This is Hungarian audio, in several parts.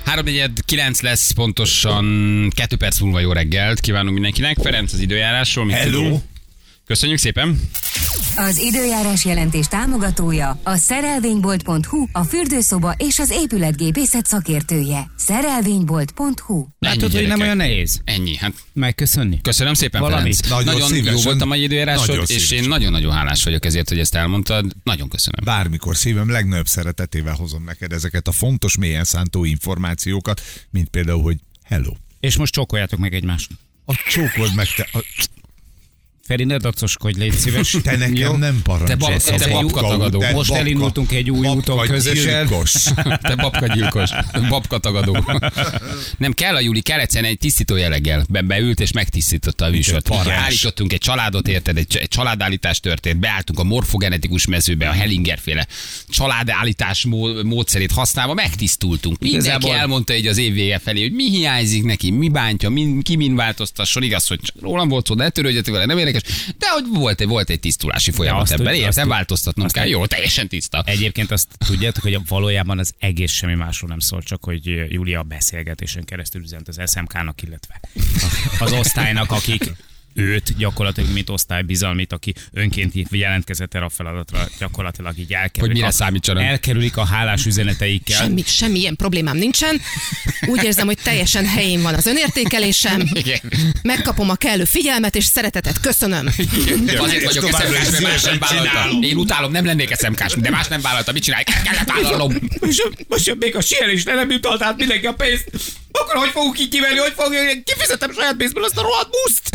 3:49 lesz pontosan 2 perc múlva. Jó reggelt kívánunk mindenkinek. Ferenc az időjárásról. Mit Hello. tudunk? Köszönjük szépen. Az időjárás jelentés támogatója a szerelvénybolt.hu, a fürdőszoba és az épületgépészet szakértője. Szerelvénybolt.hu. Látod, hogy nem olyan nehéz Ennyi. Hát megköszönni. köszönöm szépen, Valamit. Ferenc. Nagyon jó szívesen. volt a mai időjárásod, Nagyon és én szívesen. nagyon-nagyon hálás vagyok ezért, hogy ezt elmondtad. Nagyon köszönöm. Bármikor szívem legnagyobb szeretetével hozom neked ezeket a fontos, mélyen szántó információkat, mint például, hogy hello. És most csókoljátok meg egymást. A csókold meg te. Feri, ne dacoskodj, légy szíves. Te nekem Jó? nem Te parancsolsz. babkatagadó. Most elindultunk egy új úton közösen. Te babkagyilkos, babkatagadó. Nem kell a Júli, kell egyszerűen egy tisztító jelleggel. Beült és megtisztította a műsort. Állítottunk egy családot, érted? Egy családállítás történt. Beálltunk a morfogenetikus mezőbe, a Hellinger-féle családállítás módszerét használva, megtisztultunk. Mindenki Igazából- elmondta így az év vége felé, hogy mi hiányzik neki, mi bántja, ki min változtasson. Igaz, hogy rólam volt szó, de ne törődjetek vele, nem érdekes. De hogy volt egy tisztulási folyamat azt ebben. tud- azt Értem, tud- változtatnom azt kell. tud- Jó, teljesen tiszta. Egyébként azt tudjátok, hogy valójában az egész semmi másról nem szól, csak hogy Júlia a beszélgetésen keresztül üzent az SMK-nak, illetve az osztálynak, akik őt gyakorlatilag, mint osztálybizalmit, aki önként jelentkezett erre a feladatra, gyakorlatilag így elkerülik. Hogy mire számítsanak. Elkerülik a hálás üzeneteikkel. Semmi ilyen problémám nincsen. Úgy érzem, hogy teljesen helyén van az önértékelésem. Igen. Megkapom a kellő figyelmet és szeretetet. Köszönöm. Azért vagyok továbbra is SMK-s, mert más nem szívesen vállaltam. csinálom. Én utálom, nem lennék SMK-s, de más nem vállaltam. Mit csinálj? Kellett vállalnom. Most még a sielésre nem jutott át mindenki a pénzt. Akkor hogy fogunk így kivenni, hogy fogjuk, kifizetem saját pénzből azt a rohadt buszt?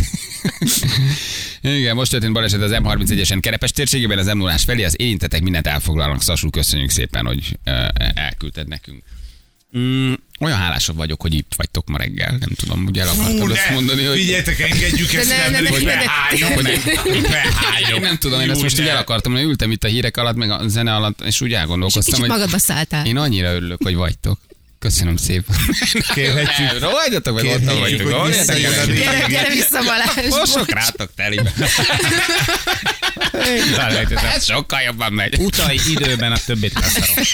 Igen, most történt baleset az M31-esen Kerepes térségében, az M0-ás felé, az érintettek mindent elfoglalnak. Szasul, köszönjük szépen, hogy elküldted nekünk. Olyan hálásabb vagyok, hogy itt vagytok ma reggel. Nem tudom, ugye el akartad azt mondani, hogy... Figyeljetek, engedjük ezt ne, nem, ne, hogy ne, ne, beháljon. Beháljon. Én nem tudom, én ezt most így el akartam, hogy ültem itt a hírek alatt, meg a zene alatt, és úgy És elgondolkoztam, kicsit hogy magadba szálltál. én annyira örülök, hogy vagytok. Köszönöm szépen. Kérhetjük. Rohagyjatok meg, ottan Kérhetjük, vagytok. hogy Olyatok, visszajön a gyere, Gyere vissza, Balázs. Mossok rátok telibe. Ez sokkal jobban megy. Utalj időben, a többét leszarom.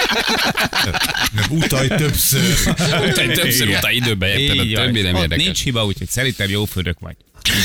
Nem, utalj többször. Utány többször utány időben érted, a Így van. többi nem Ott érdekes. nincs hiba, úgyhogy szerintem jó főnök vagy.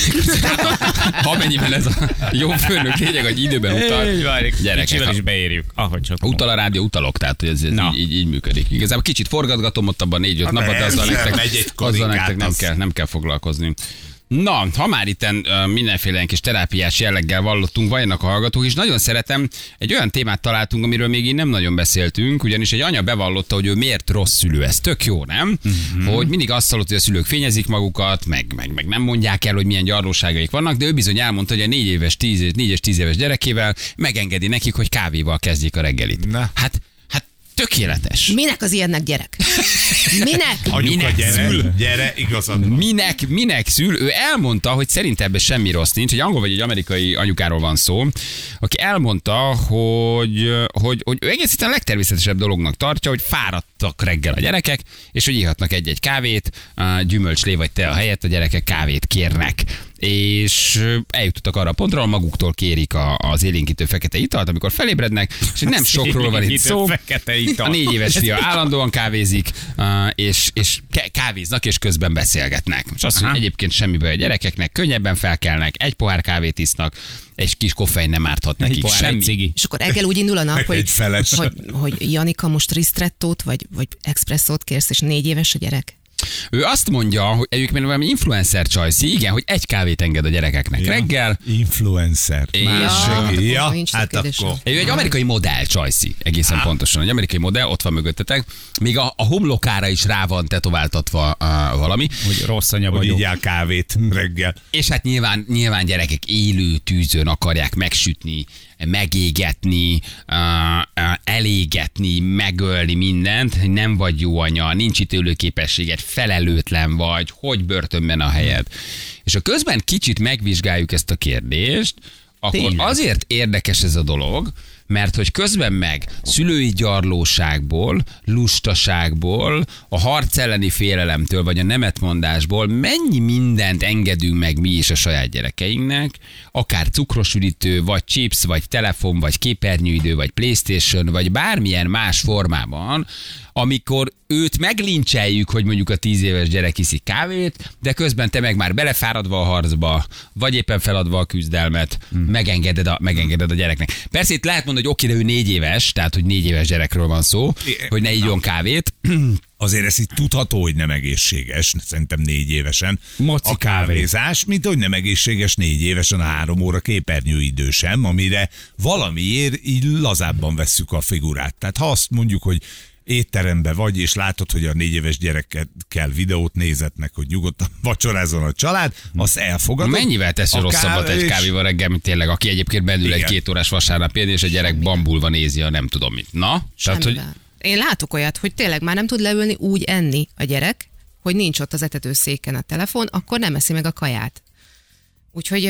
Ha mennyiben ez a jó főnök lényeg, hogy időben utal. Gyerekek, Kicsivel ha is beérjük, ahogy csak utal a rádió, utalok, tehát hogy ez Na. így működik. Igazából kicsit forgatgatom ott abban 4-5 napot, de azzal persze, nektek, megy egy azzal karikát, nektek az. nem kell foglalkozni. Na, ha már itten mindenféle kis terápiás jelleggel vallottunk, vajonnak a hallgatók, és nagyon szeretem, egy olyan témát találtunk, amiről még így nem nagyon beszéltünk, ugyanis egy anya bevallotta, hogy ő miért rossz szülő. Ez tök jó, nem? Hogy mindig azt hallott, hogy a szülők fényezik magukat, meg nem mondják el, hogy milyen gyarlóságaik vannak, de ő bizony elmondta, hogy a 4 és 10 éves gyerekével megengedi nekik, hogy kávéval kezdjék a reggelit. Na. Hát tökéletes. Minek az ilyennek, gyerek? Minek? Anyuka, szül? gyere, igazad van. Minek szül? Ő elmondta, hogy szerint ebben semmi rossz nincs. Egy angol vagy egy amerikai anyukáról van szó, aki elmondta, hogy ő egész egyszerűen a legtermészetesebb dolognak tartja, hogy fáradtak reggel a gyerekek, és hogy ihatnak egy-egy kávét, gyümölcslé vagy tea helyett a gyerekek kávét kérnek. És eljutottak arra a pontra, ahol maguktól kérik az élénkítő fekete italt, amikor felébrednek, és nem sokról van itt szó. Fekete ital. A 4 éves fia állandóan kávézik, és kávéznak, és közben beszélgetnek. És azt mondja, hogy egyébként semmi baj a gyerekeknek, könnyebben felkelnek, egy pohár kávét isznak, egy kis koffein nem árthat Egy nekik. pohár, egy Semmi. cigi. És akkor reggel úgy indul a nap, Meg hogy, egy feles. hogy Janika most ristrettót, vagy expresszót kérsz, és 4 éves a gyerek. Ő azt mondja, hogy egyébként valami influencer csajszi, igen, hogy egy kávét enged a gyerekeknek reggel. Influencer. És- Ja, nincs hát kérdés. akkor. Ő egy amerikai modell csajszi, egészen pontosan. Egy amerikai modell, ott van mögöttetek. Még a homlokára is rá van tetováltatva valami. Hogy rossz anya Hogy vagyok. így kávét reggel. És hát nyilván gyerekek élő tűzön akarják megsütni, megégetni, elégetni, megölni mindent. Nem vagy jó anya, nincs ítélőképességed, felelőtlen vagy, hogy börtönben a helyed. És ha közben kicsit megvizsgáljuk ezt a kérdést, akkor Tényleg. azért érdekes ez a dolog, mert hogy közben meg szülői gyarlóságból, lustaságból, a harc elleni félelemtől, vagy a nemetmondásból mennyi mindent engedünk meg mi is a saját gyerekeinknek, akár cukrosüdítő, vagy chips, vagy telefon, vagy képernyőidő, vagy PlayStation, vagy bármilyen más formában, amikor őt meglincseljük, hogy mondjuk a 10 éves gyerek iszik kávét, de közben te meg már belefáradva a harcba, vagy éppen feladva a küzdelmet, megengeded a gyereknek. Persze itt lehet mondani, hogy oké, de ő 4 éves, tehát hogy 4 éves gyerekről van szó, hogy ne igyon kávét. Azért ez így tudható, hogy nem egészséges, szerintem 4 évesen Moci a kávézás, mint hogy nem egészséges 4 évesen a 3 óra képernyőidő sem, amire valamiért így lazábban vesszük a figurát. Tehát ha azt mondjuk, hogy étterembe vagy, és látod, hogy a 4 éves gyerekkel videót nézetnek, hogy nyugodtan vacsorázzon a család, azt elfogadod. Mennyivel teszi rosszabbat egy kávéval reggel, mint tényleg, aki egyébként bennül egy 2 órás vasárnapi, és a gyerek bambulva nézi a nem tudom mit. Na? Tehát, hogy... Én látok olyat, hogy tényleg már nem tud leülni úgy enni a gyerek, hogy nincs ott az etetőszéken a telefon, akkor nem eszi meg a kaját. Úgyhogy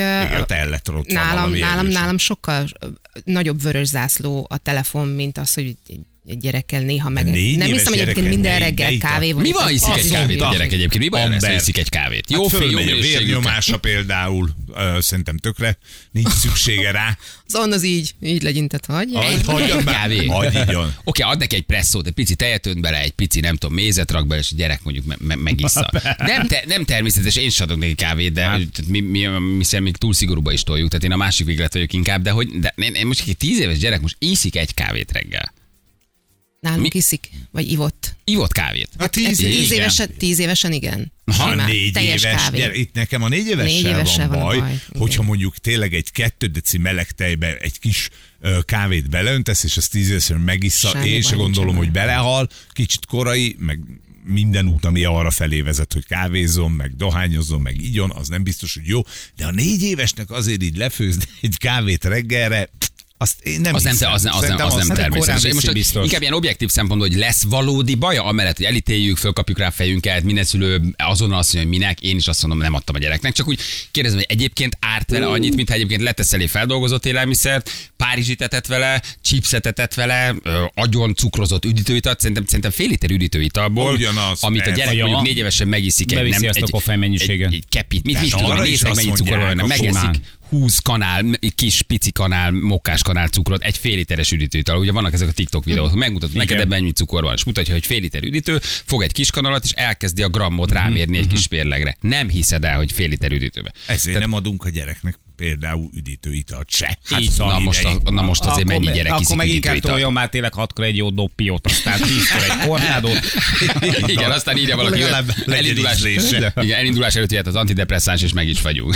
nálam sokkal nagyobb vörös zászló a telefon, mint az, hogy egy gyerekkel néha meg. Nem hiszem, hogy egyébként minden reggel kávé van. Mi van, iszik egy kávét a gyerek egyébként? Mi van, lesz, hogy iszik egy kávét? Jó fél, jó minőségű. Vérnyomása például, szerintem tökre nincs szüksége rá. Az így legyintett, hagyjad kávé. Oké, ad neki egy presszót, egy pici tejet önt bele, egy pici, nem tudom, mézet rak bele, és a gyerek mondjuk megissza. Nem természetes, én sem adok neki kávét, de mi még túl szigorúba is toljuk, tehát én a másik véglet vagyok inkább, de én most egy 10 éves gyerek most iszik egy kávét reggel. Nálunk iszik? Vagy ivott? Ivott kávét. A 10 évesen igen. Ha 4 éves, itt nekem a 4 évessel van baj, hogyha mondjuk tényleg egy 2 deci meleg tejbe egy kis kávét beleöntesz, és az 10 évesen megissza, én se gondolom, hogy belehal, kicsit korai, meg minden út, ami arra felé vezet, hogy kávézzon, meg dohányozzon, meg igyon, az nem biztos, hogy jó, de a 4 évesnek azért így lefőzni egy kávét reggelre, az nem természetes. Én most inkább ilyen objektív szempontból, hogy lesz valódi baja, amellett, hogy elítéljük, fölkapjuk rá a fejünket, minden szülő azonnal azt mondja, hogy minek, én is azt mondom, nem adtam a gyereknek. Csak úgy kérdezem, hogy egyébként árt vele annyit, mintha egyébként letesz elé feldolgozott élelmiszert, párizsit etett vele, chipset etett vele, agyon cukrozott üdítőitalt, szerintem fél liter üdítőitalból, amit a gyerek mondjuk 4 évesen megiszik egy kepit. Mit tudom, nézd meg, mennyi cukor van, megeszik 20 kanál, kis pici kanál, mokkás kanál cukrot, egy fél literes üdítőital. Ugye vannak ezek a TikTok videók, megmutatod neked ebben mennyi cukor van, és mutatja, hogy fél liter üdítő, fog egy kis kanalat, és elkezdi a grammot rámérni egy kis férlegre. Nem hiszed el, hogy fél liter üdítőbe. Ezért nem adunk a gyereknek például üdítőitalt se. Na most azért mennyi gyerek iszik akkor meg inkább toljon már tényleg 6-kor egy jó doppiót, aztán 10-kor egy kornádót. Igen, aztán írja valaki, elindulás előtt jöhet az antidepresszáns, és meg is vagyunk.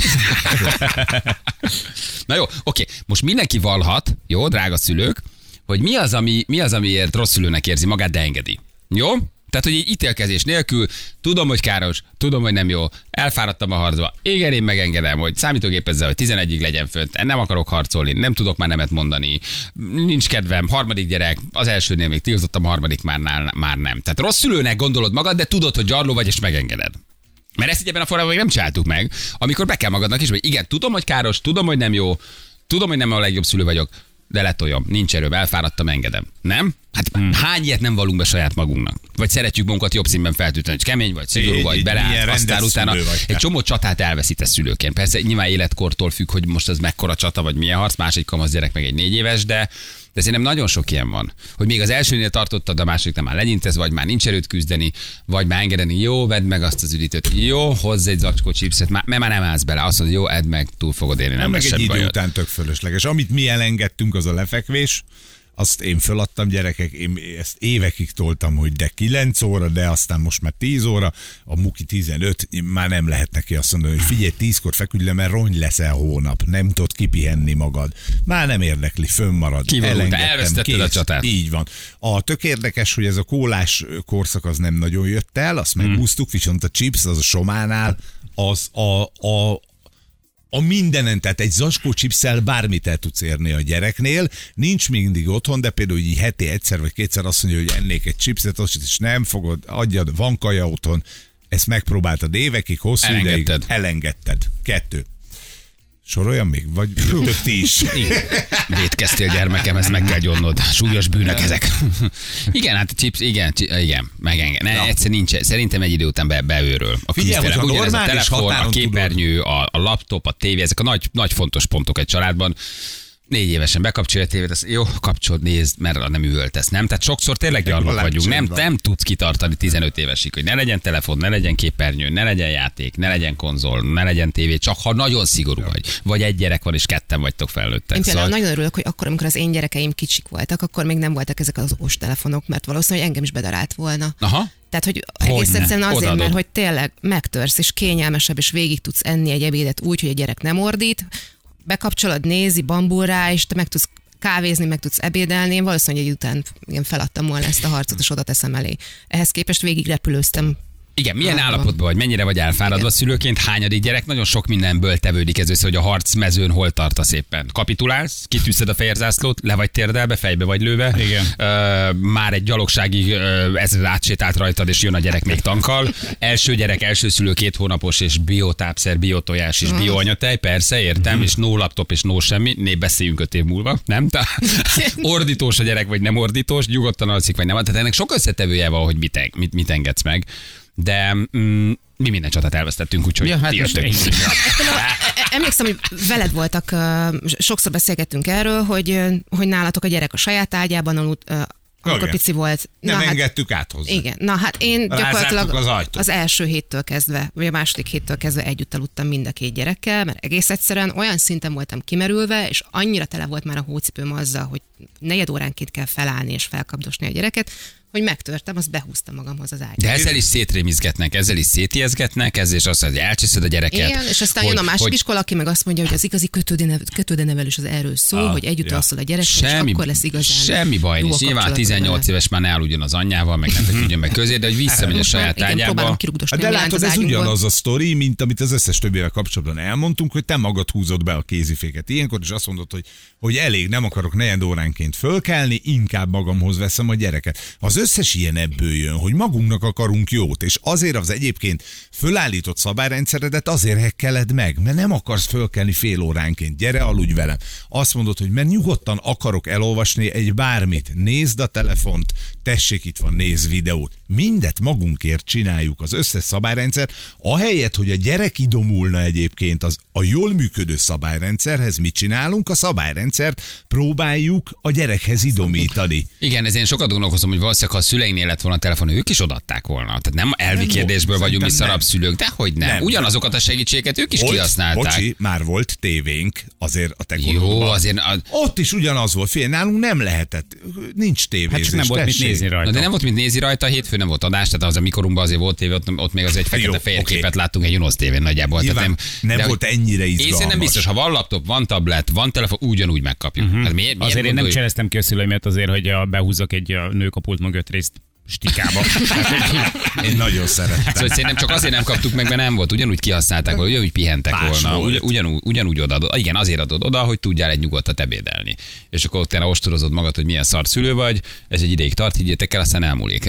Na jó, oké. Most mindenki valhat, jó, drága szülők, hogy mi az, amiért rossz szülőnek érzi magát, de engedi. Jó? Tehát, hogy így ítélkezés nélkül, tudom, hogy káros, tudom, hogy nem jó, elfáradtam a harcba, igen, én megengedem, hogy számítógépezzel, hogy 11-ig legyen fönt, nem akarok harcolni, nem tudok már nemet mondani, nincs kedvem, harmadik gyerek, az elsőnél még tiltottam, a harmadik már nem. Tehát rossz szülőnek gondolod magad, de tudod, hogy gyarló vagy, és megengeded. Mert ezt így ebben a formában még nem csináltuk meg, amikor be kell magadnak is, hogy igen, tudom, hogy káros, tudom, hogy nem jó, tudom, hogy nem a legjobb szülő vagyok, de letoljam, nincs erőm, elfáradtam, engedem. Nem? Hát hány ilyet nem valunk be saját magunknak? Vagy szeretjük magunkat jobb színben feltűnteni, hogy kemény vagy, szigorú vagy, beleállt, aztán utána egy csomó csatát elveszítesz szülőként. Persze nyilván életkortól függ, hogy most ez mekkora csata, vagy milyen harc, más egy kamasz gyerek, meg egy 4 éves, de szerintem nagyon sok ilyen van, hogy még az elsőnél tartottad, a másodiknál már legyintesz, vagy már nincs erőt küzdeni, vagy már engedeni, jó, vedd meg azt az üdítőt, jó, hozz egy zacskó chipset, mert már nem állsz bele, azt mondod, jó, edd meg, túl fogod élni, nem lesz meg egy bajod. idő után tök fölösleges. Amit mi elengedtünk, az a lefekvés, azt én föladtam, gyerekek, én ezt évekig toltam, hogy de 9 óra, de aztán most már 10 óra, a Muki 15, már nem lehet neki azt mondani, hogy figyelj, 10-kor feküdj le, mert rony leszel hónap, nem tudod kipihenni magad. Már nem érdekli, fönnmarad. Elvesztetted a csatát. Így van. A tök érdekes, hogy ez a kólás korszak az nem nagyon jött el, azt megúsztuk, viszont a chips, az a Sománál, az a mindenen, tehát egy zacskó chipsszel bármit el tudsz érni a gyereknél, nincs mindig otthon, de például így heti egyszer vagy kétszer azt mondja, hogy ennék egy chipset, és nem fogod, adjad, van kaja otthon, ezt megpróbáltad évekig, hosszú ideig, elengedted. 2. Soroljam még? Vagy több ti is? Vétkeztél, gyermekem, ezt meg kell gyónnod. Súlyos bűnök ezek. Igen, hát chips, igen, megenged. Egyszer nincs, szerintem egy idő után beőről. A figyelj, ugyanez a telefon, a képernyő, a laptop, a tévé, ezek a nagy fontos pontok egy családban. 4 évesen bekapcsolja a tévét, azt jó, kapcsolod, nézd, mert nem üvöltesz, nem? Tehát sokszor tényleg gyarlók vagyunk, nem tudsz kitartani 15 évesig, hogy ne legyen telefon, ne legyen képernyő, ne legyen játék, ne legyen konzol, ne legyen tévé, csak ha nagyon szigorú vagy egy gyerek van, és 2 vagytok felnőttek. Én például nagyon örülök, hogy akkor, amikor az én gyerekeim kicsik voltak, akkor még nem voltak ezek az okostelefonok, mert valószínűleg engem is bedarált volna. Aha. Tehát, hogy egész egyszerűen azért, mert hogy tényleg megtörsz, és kényelmesebb, és végig tudsz enni egy ebédet úgy, hogy a gyerek nem ordít, bekapcsolod, nézi, bambul rá, és te meg tudsz kávézni, meg tudsz ebédelni. Én valószínűleg egy után feladtam volna ezt a harcot, és oda teszem elé. Ehhez képest végig repülőztem. Igen, milyen állapotban vagy, mennyire vagy elfáradva szülőként, hányadik gyerek, nagyon sok mindenből tevődik ez össze, hogy a harcmezőn hol tartasz éppen. Kapitulálsz, kitűzed a fehérzászlót, le vagy térdelve, fejbe vagy lőve. Igen. Már egy gyalogsági ez átsétált rajtad, és jön a gyerek még tankkal. Első gyerek, első szülő 2 hónapos, és biotápszer, biotojás, és bioanyatej, persze, értem, és no laptop, és no semmi, beszéljünk 5 év múlva, nem? Ordítós a gyerek, vagy nem ordítós, nyugodtan alszik, vagy nem. Tehát ennek sok összetevője van, hogy mit engedsz meg. De mi minden csatát elvesztettünk, úgyhogy Emlékszem, hogy veled voltak, sokszor beszélgettünk erről, hogy nálatok a gyerek a saját ágyában aludt, amikor pici volt. Nem engedtük át hozzá. Igen. Na hát én gyakorlatilag az első héttől kezdve, vagy a második héttől kezdve együtt aludtam mind a 2 gyerekkel, mert egész egyszerűen olyan szinten voltam kimerülve, és annyira tele volt már a hócipőm azzal, hogy 4 óránként kell felállni és felkapdosni a gyereket, hogy megtörtem, azt behúztam magamhoz az ágyat. De ezzel is szétrémizgetnek, ezzel is szétijeszgetnek, ezzel is azt, hogy elcsiszed a gyereket. Igen, és aztán jön a másik iskola, aki meg azt mondja, hogy az igazi kötődenevelés az erről szól, hogy együtt alszol a gyerek, és akkor lesz igazán. Semmi baj nincs. Nyilván 18 éves már ne aludjon az anyjával, meg nem tudjon meg közé, de hogy visszamegy a saját ágyába. De látod, ez ugyanaz a sztori, mint amit az összes többivel kapcsolatban elmondtunk, hogy te magad húzod be a kéziféket. Ilyenkor is azt mondod, hogy elég, nem akarok 4 óránként fölkelni, inkább magamhoz veszem a gyereket. Az összes ilyen ebből jön, hogy magunknak akarunk jót, és azért az egyébként fölállított szabályrendszeredet azért hekkeled meg, mert nem akarsz fölkelni fél óránként. Gyere, aludj velem. Azt mondod, hogy mert nyugodtan akarok elolvasni egy bármit. Nézd a telefont, tessék, itt van, nézz videót. Mindet magunkért csináljuk, az összes szabályrendszer, ahelyett, hogy a gyerek idomulna egyébként a jól működő szabályrendszerhez, mit csinálunk? A szabályrendszert próbáljuk a gyerekhez idomítani. Igen, ezért én sokat gondolkozom, hogy valószínűleg, ha a szüleinél lett volna a telefon, ők is odaadták volna. Tehát nem elvi kérdésből vagyunk mi szarabb szülők, de hogy nem. Ugyanazokat a segítségeket ők is kihasználták. Bocsi, már volt tévénk, azért a te jó, azért ott is ugyanaz volt, fél, nálunk nem lehetett, nincs tévézés. Hát csak nem volt mit nézni rajta. De nem volt mit nézni rajta, hétfőn nem volt adás, tehát az a mikorunkban azért volt tévé, ott még az egy fekete-fehér képet láttunk egy unosz tévén nagyjából. Nyilván, nem volt ennyire izgalmas. Én nem biztos, ha van laptop, van tablet, van telefon, ugyanúgy megkapjuk. Hát miért azért én nem cseleztem ki a szülőimet azért, hogy behúzzak egy nőkapult mögött részt stikába. Én nagyon szerettem. Szóval szerintem csak azért nem kaptuk meg, mert nem volt. Ugyanúgy kihasználták volna, ugyanúgy pihentek volna. Ugyanúgy odaadod. Igen, azért adod oda, hogy tudjál egy nyugodtat ebédelni. És akkor utána ostorozod magad, hogy milyen szar szülő vagy, ez egy ideig tart, higgyétek el, aztán elmúlik.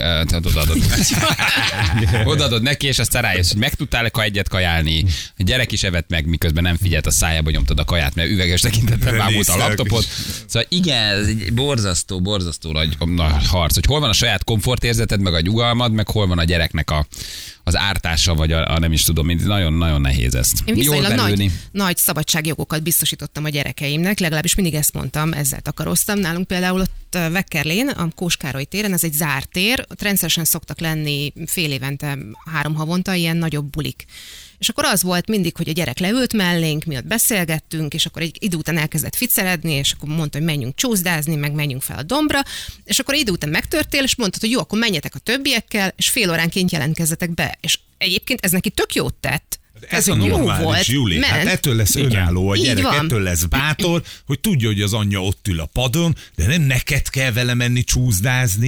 Odaadod neki, és aztán rájössz, hogy meg tudtál egyet kajálni. A gyerek is evett meg, miközben nem figyelt, a szájába nyomtad a kaját, mert üveges tekintettel bámult a laptopot. Szóval igen, ez egy borzasztó nagy harc, hogy hol van a saját komfortérzeted, meg a nyugalmad, meg hol van a gyereknek az ártása, vagy a nem is tudom, nagyon nehéz ezt. Én viszonylag nagy szabadságjogokat biztosítottam a gyerekeimnek, legalábbis mindig ezt mondtam, ezzel takaroztam. Nálunk például ott Vekkerlén, a Kós Károly téren, ez egy zárt tér, ott rendszeresen szoktak lenni fél évente, 3 havonta ilyen nagyobb bulik. És akkor az volt mindig, hogy a gyerek leült mellénk, mi ott beszélgettünk, és akkor egy idő után elkezdett ficceledni, és akkor mondta, hogy menjünk csúszdázni, meg menjünk fel a dombra, és akkor idő után megtörtél, és mondtad, hogy jó, akkor menjetek a többiekkel, és fél óránként jelentkezzetek be. És egyébként ez neki tök jót tett. Ez a normális, Júli. Hát ettől lesz önálló a gyerek, ettől lesz bátor, hogy tudja, hogy az anyja ott ül a padon, de nem neked kell vele menni csúszdázni.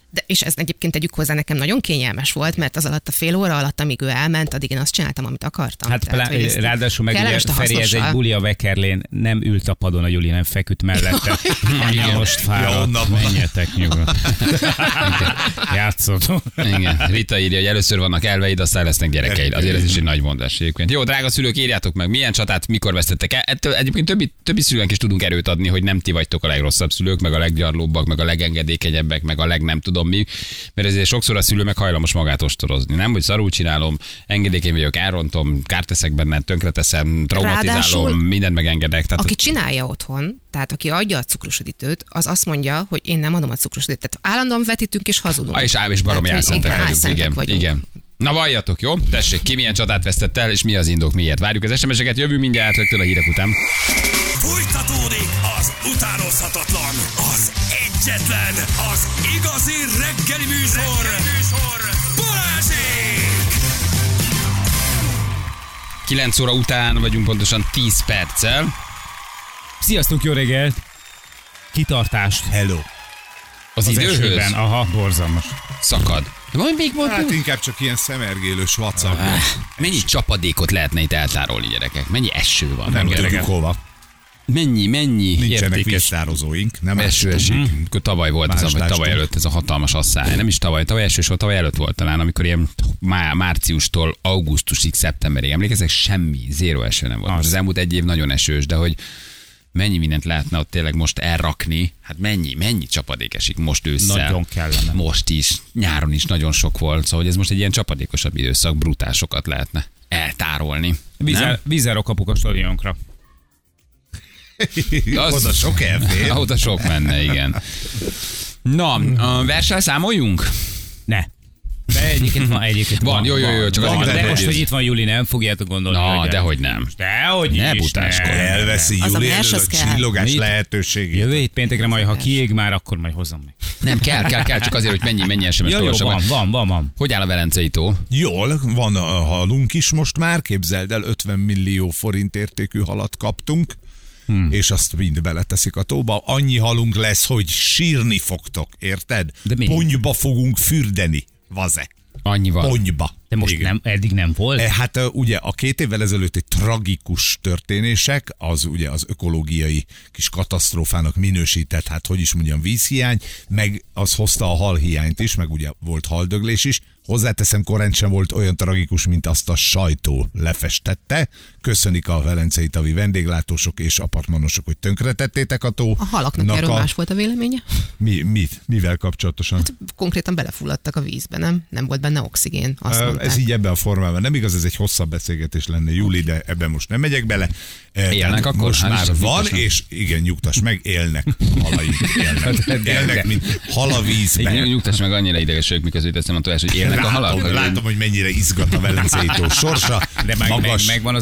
És ez egyébként tegyük hozzá, nekem nagyon kényelmes volt, mert az alatt a fél óra alatt, amíg ő elment, addig én azt csináltam, amit akartam. Hát ráadásul meg ugye Feri, ez egy buli a Vekerlén, nem ült a padon a Juli, nem feküdt mellette. Anya most fáradt, menjetek nyugodtan. Játszottunk. Igen. Rita írja, hogy először vannak elveid, aztán lesznek gyerekeid. Azért ez is egy nagy mondás egyébként. Jó, drága szülők, írjátok meg, milyen csatát mikor vesztettek el. Ettől egyébként többi szülőnek is tudunk erőt adni, hogy nem ti vagytok a legrosszabb szülők, meg a leggyarlóbbak, meg a legengedékenyebbek, meg a nem tudom mi, mert ezért sokszor a szülő meg hajlamos magát ostorozni. Nem, hogy szarul csinálom, engedékeny vagyok, elrontom, kárt teszek benne, tönkreteszem, traumatizálom, ráadásul, mindent megengedek. Tehát aki csinálja otthon, tehát aki adja a cukrosodítőt, az azt mondja, hogy én nem adom a cukrosodítőt. Tehát állandóan vetítünk és hazudunk. És barom jászentek vagyunk. Igen. Na valljatok, jó? Tessék, ki milyen csatát vesztett el, és mi az indok, miért? Várjuk az SMS-eket, jövünk mindjárt rögtön a hírek után. Folytatódik az utánozhatatlan, az egyetlen, az igazi reggeli műsor, Balázsék! 9 óra után vagyunk pontosan 10 perccel. Sziasztok, jó reggelt! Kitartást! Hello! Az időhöz? Esőben, aha, borzalmas. Szakad. Majd még volt. Hát inkább csak ilyen szemergélős vacak. Mennyi csapadékot lehetne itt eltárolni, gyerekek? Mennyi eső van? Nem tudjuk hova. Mennyi Nincsenek víztározóink. Nem eső esik. Tavaly volt ez, vagy tavaly előtt ez a hatalmas asszály. Nem is tavaly esős volt, tavaly előtt volt talán, amikor ilyen márciustól augusztusig, szeptemberig. Emlékezek, semmi, zéro eső nem volt. Az elmúlt egy év nagyon esős, de hogy mennyi mindent lehetne ott tényleg most elrakni, hát mennyi csapadék esik most ősszel. Nagyon kellene. Most is, nyáron is nagyon sok volt, szóval hogy ez most egy ilyen csapadékosabb időszak, brutásokat lehetne eltárolni. Vízzel kapuk a stadionkra. Oda sok elfér. Oda sok menne, igen. Na, a verssel számoljunk? Ne. De egyébként van. Jó, csak van, de most, hogy itt van Juli, nem fogjátok gondolni. Na, dehogy nem. Dehogy ne butáskodj. Elveszi Juli a csillogás lehetőségét. Jövő hét péntekre majd, ha kiég már, akkor majd hozzam meg. Nem, kell, csak azért, hogy mennyi SMS olvasok. Van. Hogy áll a Velencei tó? Jól, van a halunk is most már, képzeld el, 50 millió forint értékű halat kaptunk. És azt mind beleteszik a tóba. Annyi halunk lesz, hogy sírni fogtok, érted? Ponyba fogunk fürdeni, vaze. Annyi van. Ponyba. De most nem, eddig nem volt? Hát ugye a 2 évvel ezelőtt egy tragikus történések, az ugye az ökológiai kis katasztrófának minősített, hát hogy is mondjam, vízhiány, meg az hozta a halhiányt is, meg ugye volt haldöglés is. Hozzáteszem, korán sem volt olyan tragikus, mint azt a sajtó lefestette. Köszönik a velencei tavi vendéglátósok és apartmanosok, hogy tönkretettétek a tó. A halaknak erről más volt a véleménye? Mivel kapcsolatosan? Hát, konkrétan belefulladtak a vízbe, nem? Nem volt benne oxigén, azt mondták. Ez így ebben a formában nem igaz, ez egy hosszabb beszélgetés lenne, Júli, de ebben most nem megyek bele. Élnek akkor? Most már van, és igen, nyugtass meg, élnek halaink. Élnek, mint hal a vízben. Nyugtass meg, annyira idegesek, miközben teszem a tojás, hogy élnek a halak. Látom, hogy mennyire izgat a Velencei tó sorsa. De megvan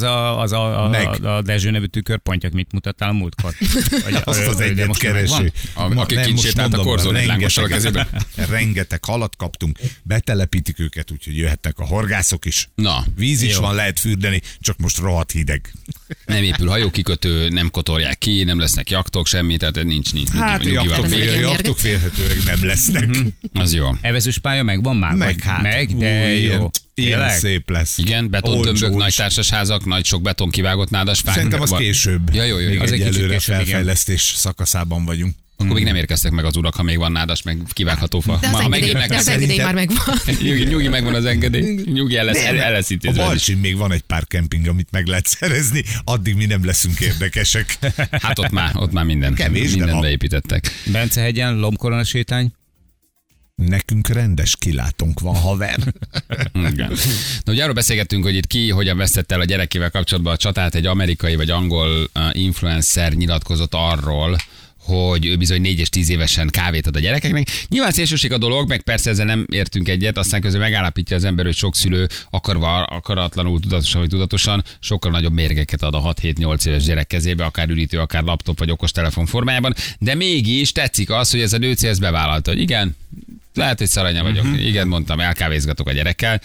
a Dezső nevű tükörpontja, mit mutattál a múltkor? Azt az egyet kereső. Aki kincsétált a korzón, lángossal a kezében. Rengeteg halat kaptunk, betelepítik őket, úgyhogy jöhetnek a horgászok is. Na, víz is van, lehet fürdeni, csak most rohadt hideg. Nem épül hajókikötő, nem kotorják ki, nem lesznek jaktok, semmi, tehát nincs. Hát jaktok félhetőleg nem lesznek. Az jó. Evezős pálya megvan már? Meg, de jó. Ilyen szép lesz. Igen, betontömbök, nagy társasházak, nagy sok beton kivágott nádasfák. Szerintem az később. Jó. Még az egyelőre felfejlesztés szakaszában vagyunk. Akkor még nem érkeztek meg az urak, ha még van nádas, meg kivágható fa. De az engedély már megvan. Nyugi megvan az engedély. Nyugi el lesz itt. A Balcsin még van egy pár kemping, amit meg lehet szerezni, addig mi nem leszünk érdekesek. Hát ott már mindent beépítettek. Bence-hegyen, lombkorona sétány. Nekünk rendes kilátónk van, haver. Igen. Na, ugye arról beszélgettünk, hogy itt ki hogyan vesztette el a gyerekével kapcsolatban a csatát. Egy amerikai vagy angol influencer nyilatkozott arról, hogy ő bizony 4 és 10 évesen kávét ad a gyerekeknek. Nyilván szélsőség a dolog, meg persze ezzel nem értünk egyet, aztán közben megállapítja az ember, hogy sok szülő akaratlanul, tudatosan vagy tudatosan sokkal nagyobb mérgeket ad a 6-7-8 éves gyerek kezébe, akár üdítő, akár laptop vagy okostelefon formájában, de mégis tetszik az, hogy ez a nőci ezt bevállalta, hogy igen, lehet, hogy szaranya vagyok. Igen, mondtam, elkávézgatok a gyerekkel.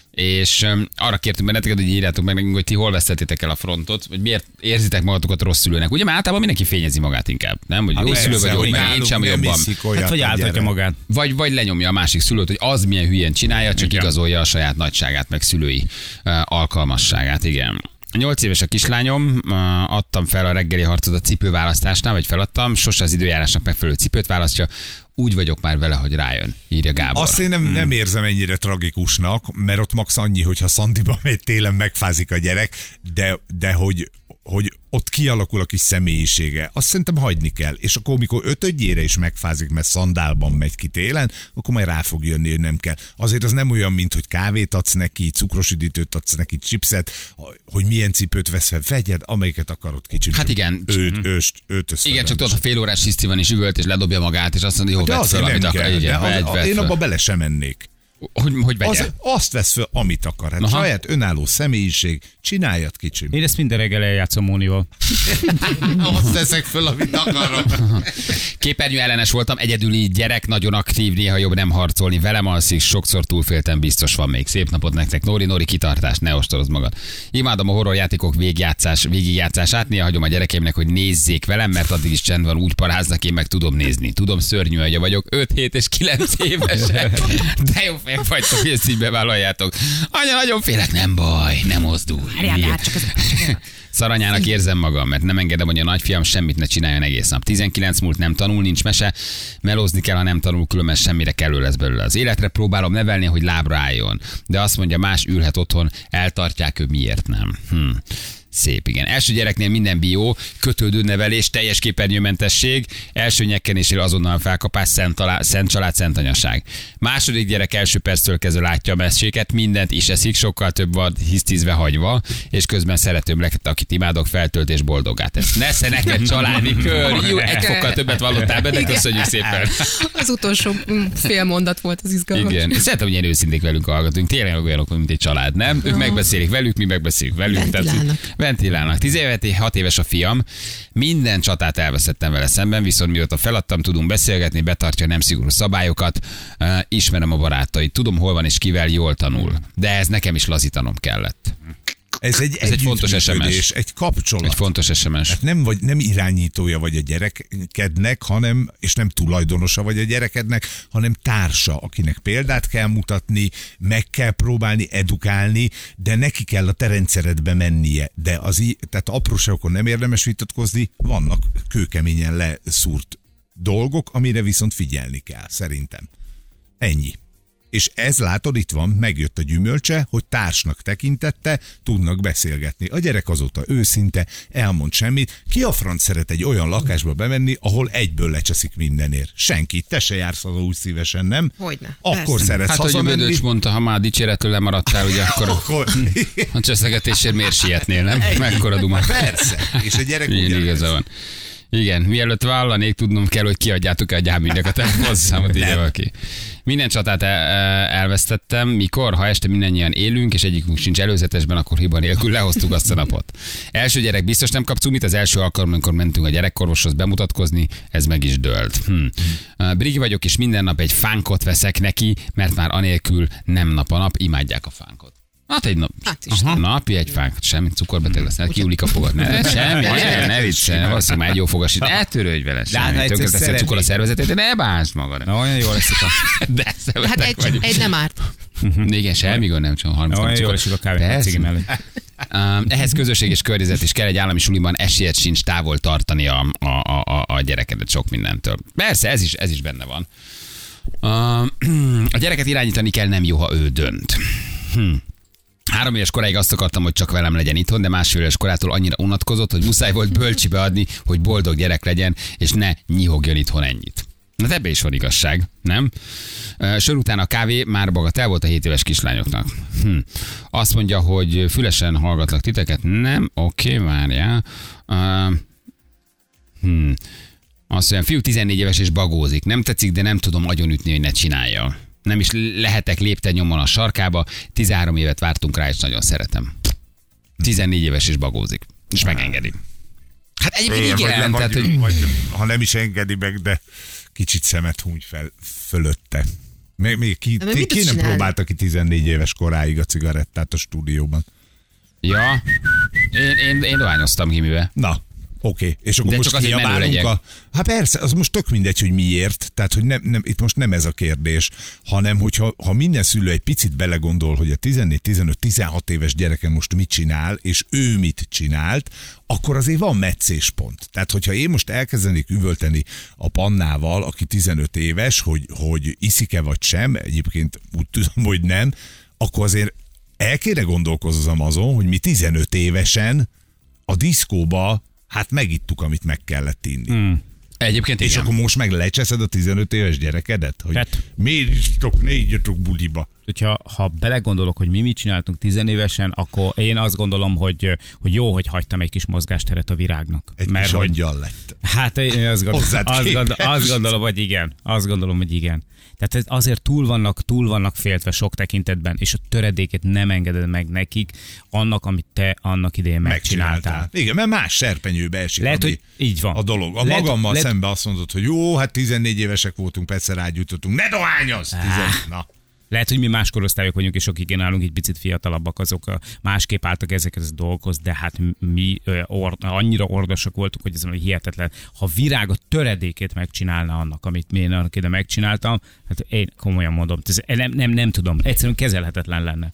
És arra kértünk benneteket, hogy írjátok meg nekünk, hogy ti hol vesztettétek el a frontot, vagy miért érzitek magatokat rossz szülőnek. Ugye már általában mindenki fényezi magát inkább, nem? Hogy jó szülő vagy, hogy én sem jobban. Hát vagy áltatja magát. Vagy lenyomja a másik szülőt, hogy az milyen hülyén csinálja, csak igazolja a saját nagyságát, meg szülői alkalmasságát, igen. 8 éves a kislányom, adtam fel a reggeli harcot a cipőválasztásnál, vagy feladtam, sose az időjárásnak megfelelő cipőt választja, úgy vagyok már vele, hogy rájön, írja Gábor. Azt én nem érzem ennyire tragikusnak, mert ott max annyi, hogyha Szandiba megy, télen megfázik a gyerek, de hogy ott kialakul a kis személyisége. Azt szerintem hagyni kell. És akkor, amikor ötödjére is megfázik, mert szandálban megy ki télen, akkor majd rá fog jönni, hogy nem kell. Azért az nem olyan, mint hogy kávét adsz neki, cukros üdítőt adsz neki, chipset, hogy milyen cipőt vesz fel, vegyed, amelyiket akarod kicsit. Hát igen. Őt igen, csak tudod, a fél órás hiszti van, és üvölt, és ledobja magát, és azt mondja, jó, vedd fel, amit akar. Én abba bele sem mennék. Hogy vegye? Azt vesz föl, amit akar. Hát saját önálló személyiség, csináljad kicsim. Én ezt minden reggel eljátszom Mónival. Azt teszek föl, amit akarok. Képernyő ellenes voltam, egyedüli gyerek, nagyon aktív, néha jobb nem harcolni. Velem alszik, sokszor túlféltem, biztos van még. Szép napot nektek. Nóri, kitartás, ne ostorozd magad. Imádom a horrorjátékok végigjátszását, néha hagyom a gyerekeimnek, hogy nézzék velem, mert addig is csend van, úgy paráznak, én meg tudom nézni. Tudom, szörnyű agya vagyok, 5, 7 és 9 évesek. De jó fejek vagytok, hogy ezt így bevállaljátok. Anya, nagyon félek, nem baj, nem mozdulj. Szaranyának érzem magam, mert nem engedem, hogy a nagyfiam semmit ne csináljon egész nap. 19 múlt, nem tanul, nincs mese, melózni kell, ha nem tanul, különben semmire kerül lesz belőle. Az életre próbálom nevelni, hogy lábra álljon. De azt mondja, más ülhet otthon, eltartják, ő miért nem. Szép, igen. Első gyereknél minden bió, kötődő nevelés, teljes képernyőmentesség, első nyekkenésére azonnal felkapás, szent család, szent anyaság. Második gyerek első perctől kezdve látja a meséket, mindent is eszik, sokkal több van hisztizve hagyva, és közben szeretőmleket, akit imádok, feltölt és boldogát tesz. Nesze neked családi kör, jó, egy fokkal többet vallottál be, de köszönjük szépen. Az utolsó fél mondat volt az izgalmas. Igen, szeretem, hogy ilyen őszinték velünk hallgatunk, tényleg olyanok, mint egy család, nem? Ők megbeszélik velük, mi megbeszéljük velük. Ventilálnak. 16 éves a fiam, minden csatát elveszettem vele szemben, viszont mióta feladtam, tudunk beszélgetni, betartja nem szigorú szabályokat, ismerem a barátait, tudom hol van és kivel, jól tanul. De ez nekem is lazítanom kellett. Ez egy fontos SMS. Egy kapcsolat. Egy fontos SMS. Hát nem irányítója vagy a gyerekednek, és nem tulajdonosa vagy a gyerekednek, hanem társa, akinek példát kell mutatni, meg kell próbálni edukálni, de neki kell a te rendszeredbe mennie. De tehát apróságokon nem érdemes vitatkozni, vannak kőkeményen leszúrt dolgok, amire viszont figyelni kell, szerintem. Ennyi. És ez látod, itt van, megjött a gyümölcse, hogy társnak tekintette, tudnak beszélgetni. A gyerek azóta őszinte, elmond semmit. Ki a franc szeret egy olyan lakásba bemenni, ahol egyből lecseszik mindenért? Senki. Te se jársz az úgy szívesen, nem? Hogyne. Akkor persze. szeretsz hazamenni. Hát, hogy a Bödöcs mondta, ha már dicséretől lemaradtál, ugye akkor a cseszegetésért miért sietnél, nem? Mekkora duma. Persze. És a gyerek igen, igaza van. Igen, mielőtt vallanék, tudnom kell, hogy kiadjátok-e a gyámügynek a telefonszámot, ide valaki. Minden csatát elvesztettem, mikor? Ha este mindannyian élünk, és egyikünk sincs előzetesben, akkor hiba nélkül lehoztuk azt a napot. Első gyerek biztos nem kap cumit, az első alkalom, amikor mentünk a gyerekkorvoshoz bemutatkozni, ez meg is dőlt. Brigi vagyok, és minden nap egy fánkot veszek neki, mert már anélkül nem nap a nap, imádják a fánkot. Hát egy nap. Napi egy fánk, semmi cukorbeteg lesz, kiúlik a fogad. Semmi, ne viccelj, valószínűleg már egy jó fogasít. Ne törődj vele, semmi. Tönkreteszi a cukor a szervezetét, de ne bántsd magad. Olyan jó lesz de hát egy nem árt. Igen, semmi gond nem, csak 30 cukor. Jól esik a kávé cigi mellett. Ehhez közösség és környezet is kell, egy állami suliban esélyed sincs távol tartani a gyerekedet sok mindentől. Persze, ez is benne van. A gyereket irányítani kell, nem jó, ha ő dönt. 3 éves koráig azt akartam, hogy csak velem legyen itthon, de másfél éves korától annyira unatkozott, hogy muszáj volt bölcsibe adni, hogy boldog gyerek legyen, és ne nyihogjon itthon ennyit. Na ebbe is van igazság, nem? Sör után a kávé már bagatel volt a 7 éves kislányoknak. Azt mondja, hogy fülesen hallgatlak titeket. Nem? Oké, várjál. Azt mondja, fiú 14 éves és bagózik. Nem tetszik, de nem tudom agyonütni, hogy ne csinálja. Nem is lehetek lépten nyomon a sarkába. 13 évet vártunk rá, és nagyon szeretem. 14 éves és bagózik. És megengedi. Hát egyébként igen. Vagy, ha nem is engedi meg, de kicsit szemet húny fel fölötte. Még ki nem próbálta ki 14 éves koráig a cigarettát a stúdióban? Ja, én dohányoztam gimibe. Na, oké. És akkor de most csak azért menő legyek. Hát persze, az most tök mindegy, hogy miért. Tehát, hogy itt most nem ez a kérdés, hanem hogyha minden szülő egy picit belegondol, hogy a 14-15-16 éves gyereke most mit csinál, és ő mit csinált, akkor azért van meccéspont. Tehát, hogyha én most elkezdenék üvölteni a Pannával, aki 15 éves, hogy iszik-e vagy sem, egyébként úgy tudom, hogy nem, akkor azért el kéne gondolkoznom azon, hogy mi 15 évesen a diszkóba hát megittuk, amit meg kellett inni. Egyébként és igen. akkor most meg lecseszed a 15 éves gyerekedet? Hogy Hát. miért istok, ne igyatok buliba? Ha belegondolok, hogy mi mit csináltunk 10 évesen, akkor én azt gondolom, hogy jó, hogy hagytam egy kis mozgásteret a virágnak. Egy kis angyal lett. Hát én azt gondolom, hogy igen. Azt gondolom, hogy igen. Tehát azért túl vannak féltve sok tekintetben, és a töredéket nem engeded meg nekik annak, amit te annak idején megcsináltál. Igen, mert más serpenyőbe esik. Lehet, hogy így van. A dolog. Magammal szembe azt mondod, hogy jó, hát 14 évesek voltunk, persze rágyújtottunk. Ne dohányozz! Na. Lehet, hogy mi más korosztályok vagyunk, és akik nálunk egy picit fiatalabbak, azok másképp álltak ezekhez a dolgokhoz, de hát mi annyira ordosak voltunk, hogy ez hihetetlen. Ha virág a töredékét megcsinálna annak, amit én annak ide megcsináltam, hát én komolyan mondom, nem tudom, egyszerűen kezelhetetlen lenne.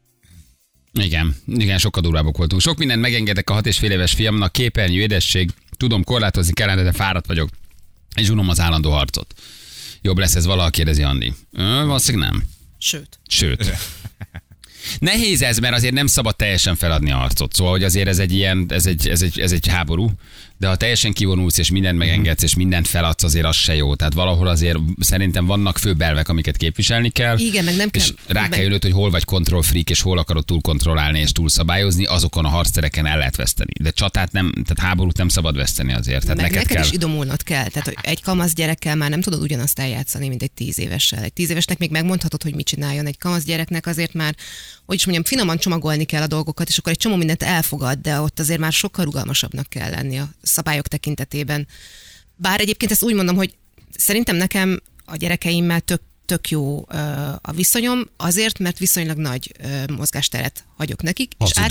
Igen, sokkal durvábbak voltunk. Sok mindent megengedek a 6,5 éves fiamnak, képernyő, édesség, tudom korlátozni kellene, de fáradt vagyok, és unom az állandó harcot. Jobb lesz ez, valaha kérdezi Andi. Valószínűleg nem. Sőt. Nehéz ez, mert azért nem szabad teljesen feladni a harcot. Szóval, hogy azért ez egy háború, de ha teljesen kivonulsz, és mindent megengedsz, és mindent feladsz, azért az se jó. Tehát valahol azért szerintem vannak főbb elvek, amiket képviselni kell. Igen, meg nem kell. És rá kell jönnöd, hogy hol vagy control freak, és hol akarod túl kontrollálni, és túl szabályozni, azokon a harctereken el lehet veszteni. De csatát nem, tehát háborút nem szabad veszteni azért. Tehát meg neked kell... is idomulnod kell. Tehát, hogy egy kamasz gyerekkel már nem tudod ugyanazt eljátszani, mint egy 10 évessel. Egy 10 évesnek még megmondhatod, hogy mit csináljon. Egy kamasz gyereknek azért már, hogy is mondjam, finoman csomagolni kell a dolgokat, és akkor egy csomó mindent elfogad, de ott azért már sokkal rugalmasabbnak kell lenni a szabályok tekintetében. Bár egyébként ezt úgy mondom, hogy szerintem nekem a gyerekeimmel tök jó a viszonyom, azért, mert viszonylag nagy mozgásteret hagyok nekik, Hazudik. és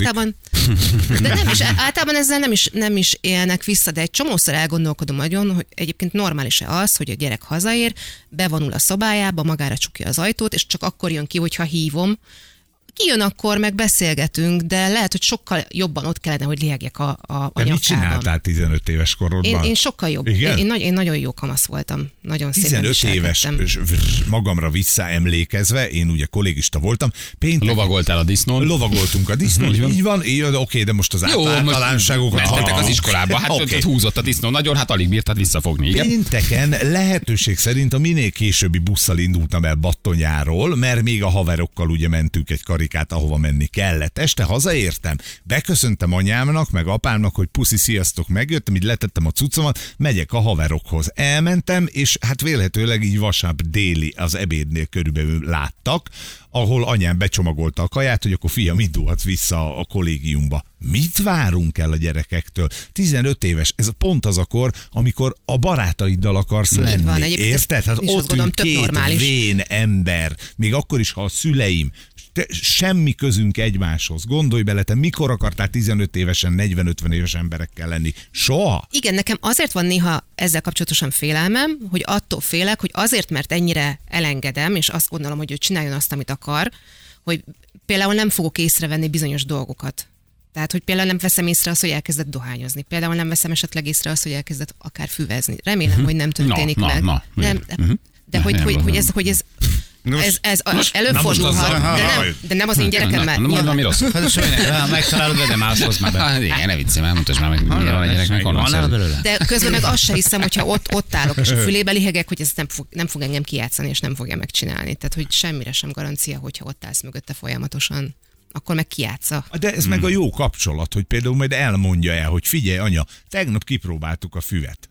általában ezzel nem is élnek vissza, de egy csomószor elgondolkodom nagyon, hogy egyébként normális-e az, hogy a gyerek hazaér, bevonul a szobájába, magára csukja az ajtót, és csak akkor jön ki, hogyha hívom. Kijön akkor, meg beszélgetünk, de lehet, hogy sokkal jobban ott kellene, hogy léhegjek a nyakában. Mit csináltál 15 éves korodban? Én sokkal jobb. Én nagyon jó kamasz voltam. Nagyon 15 éves magamra visszaemlékezve, én ugye kollégista voltam. Lovagoltál a disznón? Lovagoltunk a disznón, így van. Oké, de most az általánosságokat... Mentetek az iskolába, hát okay. Húzott a disznó nagyon, hát alig bírtad visszafogni. Igen? Pénteken lehetőség szerint a minél későbbi busszal indultam el Battonyáról, mert még a haverokkal ugye mentünk egy karikát, ahova menni kellett. Este hazaértem, beköszöntem anyámnak, meg apámnak, hogy puszi, sziasztok, megjöttem, így letettem a cuccomat, megyek a haverokhoz. Elmentem, és hát vélhetőleg így vasárnap déli az ebédnél körülbelül láttak, ahol anyám becsomagolta a kaját, hogy akkor fiam, indulhatsz vissza a kollégiumba. Mit várunk el a gyerekektől? 15 éves, ez pont az a kor, amikor a barátaiddal akarsz lenni. Van, érted? Hát ott ült két vén ember, még akkor is, ha a szüleim, semmi közünk egymáshoz. Gondolj bele, te mikor akartál 15 évesen, 40-50 éves emberekkel lenni? Soha? Igen, nekem azért van néha ezzel kapcsolatosan félelmem, hogy attól félek, hogy azért, mert ennyire elengedem, és azt gondolom, hogy ő csináljon azt, amit akar, hogy például nem fogok észrevenni bizonyos dolgokat. Tehát, hogy például nem veszem észre azt, hogy elkezdett dohányozni. Például nem veszem esetleg észre azt, hogy elkezdett akár füvezni. Remélem, hogy nem történik meg. De hogy ez előfordulhat, de nem az én gyerekemmel. Nem valami rossz. Megtalálod be, de máshoz már be. Igen, ne viccelj már, mutasd már, hogy milyen van a gyereknek. De közben meg azt se hiszem, hogyha ott állok, és a fülébe lihegek, hogy ez nem fog engem kijátszani, és nem fogja megcsinálni. Tehát, hogy semmire sem garancia, hogyha ott állsz mögötte folyamatosan, akkor meg kijátsza. De ez meg a jó kapcsolat, hogy például majd elmondja el, hogy figyelj, anya, tegnap kipróbáltuk a füvet.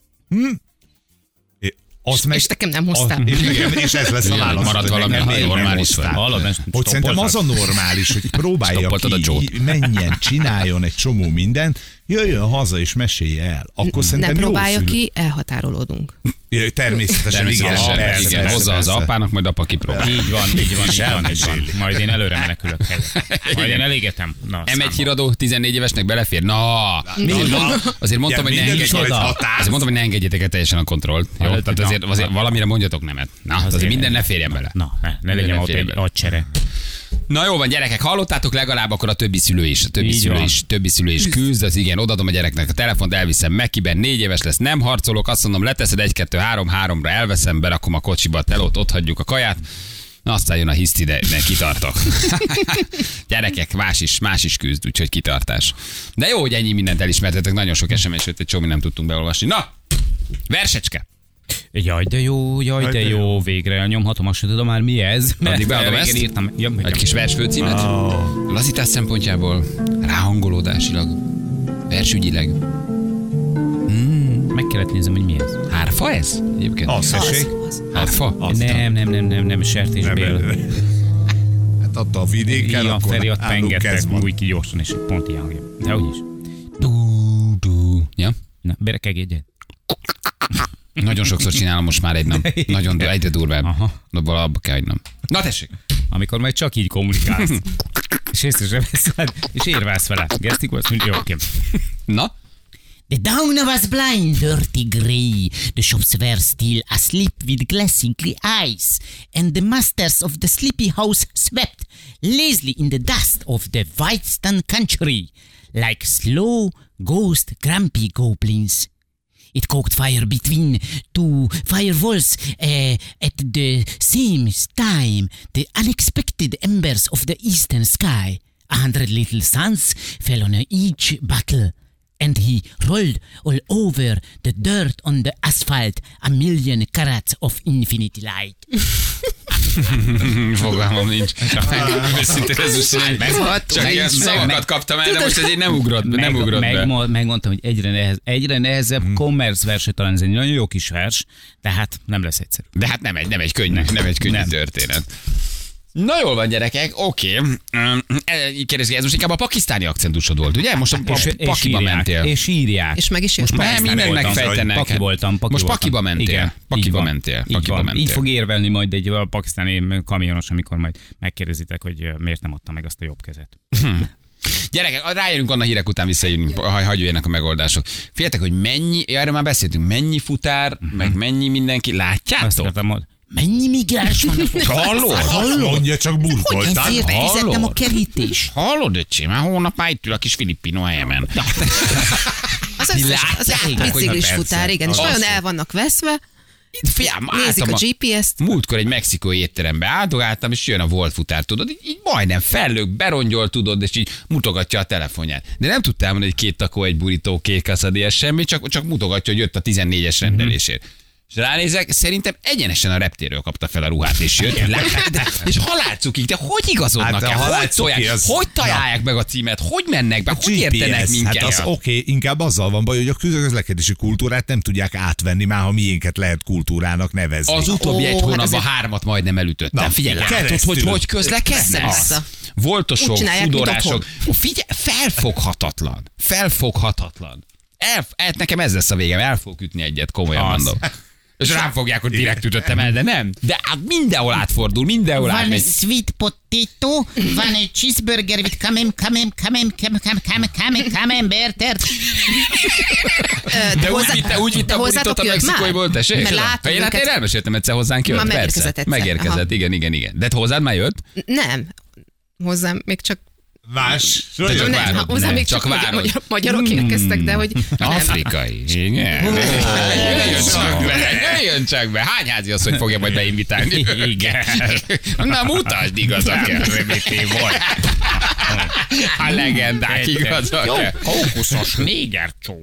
És nekem nem hoztál. És ez lesz a válasz. Marad valami normális. Hogy szerintem az a normális, hogy próbálja ki, menjen, csináljon egy csomó mindent, jöjjön haza és mesélje el. Akkor szerintem nem jó próbálja szülő. ki, elhatárolódunk. Ja, természetesen, igen. Persze. Hozza az apának, majd apa kipróbál. Így van. Majd én előre menekülök. Majd én elégetem. Na, M1 híradó 14 évesnek belefér? Azért mondtam, hogy ne engedjétek el teljesen a kontrollt. Jó? Tehát azért valamire mondjatok nemet. Na, azért minden ne férjen bele. Na, ne legyen ott egy agycsere. Na jó van, gyerekek, hallottátok, legalább akkor a többi szülő is küzd, az igen, odadom a gyereknek a telefont, elviszem Mekiben, 4 éves lesz, nem harcolok, azt mondom, leteszed 1, 2, 3, 3-ra, elveszem, berakom a kocsiba a telót, ott hagyjuk a kaját, na aztán jön a hiszti, de kitartok. Gyerekek, más is küzd, úgyhogy kitartás. De jó, hogy ennyi mindent elismertetek, nagyon sok SMS-t, egy csomó nem tudtunk beolvasni. Na, versecske! Jaj, de jó, végre nyomhatom, azt sem tudom már mi ez. Addig beadom ezt, írtam. egy kis versfőcímet. Lazítás szempontjából, ráhangolódásilag, versügyileg. Meg kellett nézem, hogy mi ez. Hárfa ez? Egyébként. Az. Hárfa? Nem, sertésbél. Hát adta a vidéken, Ilyen akkor Feri ott állunk pengettek kezban. úgy gyorsan, és pont ilyen hangja. De úgyis. Ja? Na, berekeg egyet. Nagyon sokszor csinálom most már egy nap. Nagyon egyre durvább. Abba abba kell hagynom. Na tessék! Amikor majd csak így kommunikálsz. És észre sem veszed, és érvelsz vele. Gesztikulsz, mint jó, oké. Na? The dawn was blind, dirty grey. The shops were still asleep with glassy eyes, and the masters of the sleepy house swept lazily in the dust of the Whitestone country, like slow, ghost, grumpy goblins. It caught fire between two firewalls. At the same time, the unexpected embers of the eastern sky. 100 little suns fell on each battle, and he rolled all over the dirt on the asphalt 1,000,000 carats of infinity light. Fogalmam nincs. Őszintén ez is csak ilyen szavakat kaptam el, de most ez így nem ugrott be. Megmondtam, hogy egyre nehezebb commerce vers, talán ez egy nagyon jó kis vers, de hát nem lesz egyszerű. De hát nem egy könnyű történet. Na jól van, gyerekek, oké. Így kérdezik, ez most inkább a pakisztáni akcentusod volt, ugye? Most a Pakiba mentél. És írják. És meg is Most jöttem. már mindent megfejtenek. Paki voltam. Most Pakiba mentél. Igen, Pakiba így mentél. Így fog érvelni majd egy pakisztáni kamionos, amikor majd megkérdezitek, hogy miért nem adta meg azt a jobb kezet. Gyerekek, rájönünk annak hírek után visszajönünk, hagyj jöjjenek a megoldások. Figyeljetek, hogy mennyi, erről már beszéltünk, mennyi futár, meg mennyi mindenki, látjátok? Mennyi migráns van? Hallod? Mondja csak burkoltál. Ezért fizettem a kerítés. Hallod, öcsém, már hónap már itt ül a kis filippino helyemen. Az összes biciklis futár, igen, és nagyon el vannak veszve. Nézik a GPS-t. Múltkor egy mexikói étterembe áldogáltam, és jön a Volt futár, tudod, így majdnem fellök, berongyol, tudod, és így mutogatja a telefonját. De nem tudtam mondani, hogy 2 takó, egy burrito, 2 quesadillas, semmi, csak mutogatja, hogy jött a 14-es rendelésért. És ránézek, szerintem egyenesen a reptérről kapta fel a ruhát, és jött. És halálcukik, de hogy igazodnak el? Hogy találják meg a címet? Hogy mennek be? Hogy értenek minket? Hát az oké, inkább azzal van baj, hogy a közlekedési kultúrát nem tudják átvenni, már ha miénket lehet kultúrának nevezni. Az utóbbi egy hónapban 3 majdnem elütöttem. Figyelj, látod, hogy közlekednek? Voltosok, fudorások. Figyelj, felfoghatatlan. Nekem ez lesz a végem, el fogok ütni egyet, komolyan mondom. És rám fogják, hogy direkt ütöttem el, de nem. De mindenhol átfordul, mindenhol átmegy. Van sweet potato, van egy cheeseburger with camembert. De úgy vitte a burítót a mexikóiból, tessék? Én elmeséltem egyszer hozzánk jött, persze. Megérkezett, igen. De hozzád már jött? Nem. Hozzám még csak más. Hozzá még csak magyarok érkeztek, de hogy... Afrikai. Igen. Jöjjön csak be. Hány háziasszony fogja majd beinvitálni? Igen. Na mutasd, igazak kell. volt. A legendák, igazak kell. Kókuszos néger csók.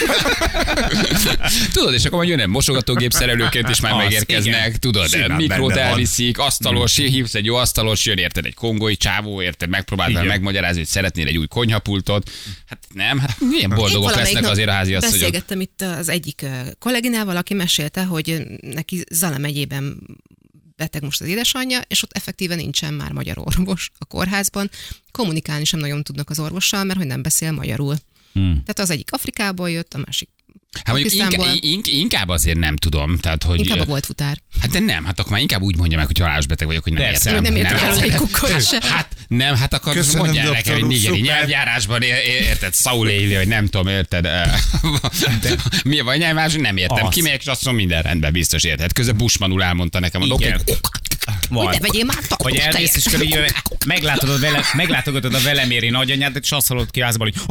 Tudod, és akkor majd jönnek mosogatógép szerelőként is már megérkeznek. Tudod, mikrót elviszik, asztalos, hívsz egy jó asztalos, jön érted egy kongói csávó, érted, megpróbáld már megmagyarázni, hogy szeretnél egy új konyhapultot. Hát nem, hát milyen boldogok lesznek azért a háziasszonyok. Beszélgettem itt az egyik kolléginával, aki mesélte, hogy neki Zala megyében beteg most az édesanyja, és ott effektíven nincsen már magyar orvos a kórházban. Kommunikálni sem nagyon tudnak az orvossal, mert hogy nem beszél magyarul. Tehát az egyik Afrikából jött, a másik Hát mondjuk inkább azért nem tudom. Tehát, hogy, inkább volt futár. Hát de nem, hát akkor már inkább úgy mondja meg, hogy halálosbeteg vagyok, hogy nem értem. Nem értem el egy kukkot se. Hát nem, hát akkor mondjál nekem egy nigeri nyelvjárásban, érted, Szauléli, vagy nem tudom, érted. Mi a nyelvás, nem értem. Kimegyek, és azt mondom, minden rendben, biztos érted. Közben Bushmanul elmondta nekem a doktor. Hogy ne vegyél már vagy elmész, és akkor így meglátogatod a veleméri nagyanyádat, és azt hallod ki házból, hogy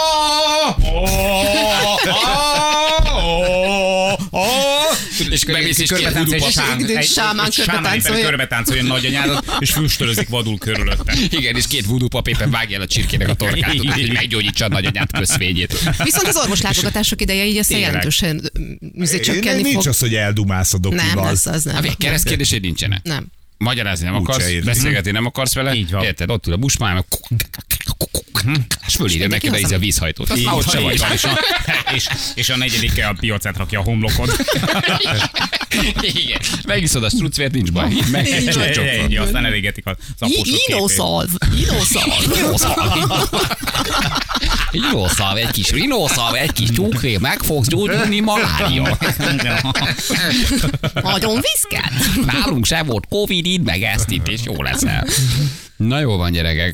és bemész, és körbetáncoljon nagyanyádat, és füstölözik vadul körülötte. Igen, és két voodoo pap éppen vágja el a csirkének a torkát, hogy meggyógyítsa a nagyanyát közvényét. Viszont az orvoslátogatások ideje így aztán jelentősen csökkenni fog. Nincs az, hogy eldumász a dokival. Nem, az nem. A keresztkérdését nincsenek. Nem. Magyarázni nem akarsz, beszélgetni nem akarsz vele, érted, ott ül a Bushman, és fölírja neked a vízhajtót. Ott se vagy. És a negyedike a piacát rakja a homlokod. Igen. Megiszod a strucvért, nincs baj. Ennyi, aztán elégetik az apósok képét. Rinószalv, egy kis tyúkrém, meg fogsz gyógyulni malária. Nagyon viszket. Nálunk sem volt Covid, így meg ezt itt, és jó leszel. Na jó van, gyerekek.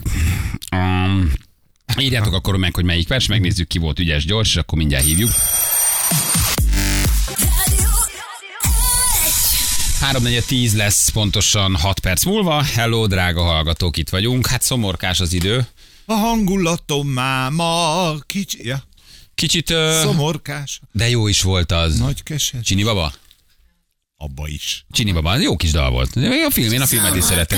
Írjátok akkor meg, hogy melyik vers, megnézzük, ki volt ügyes, gyors, és akkor mindjárt hívjuk. 3:10 lesz pontosan 6 perc múlva. Hello, drága hallgatók, itt vagyunk. Hát szomorkás az idő. A hangulatom máma kicsi. Ja. Kicsit... Szomorkás. De jó is volt az. Nagy keser. Csini baba? Abba is. Csini baba, jó kis dal volt. Én a filmet is szeretem.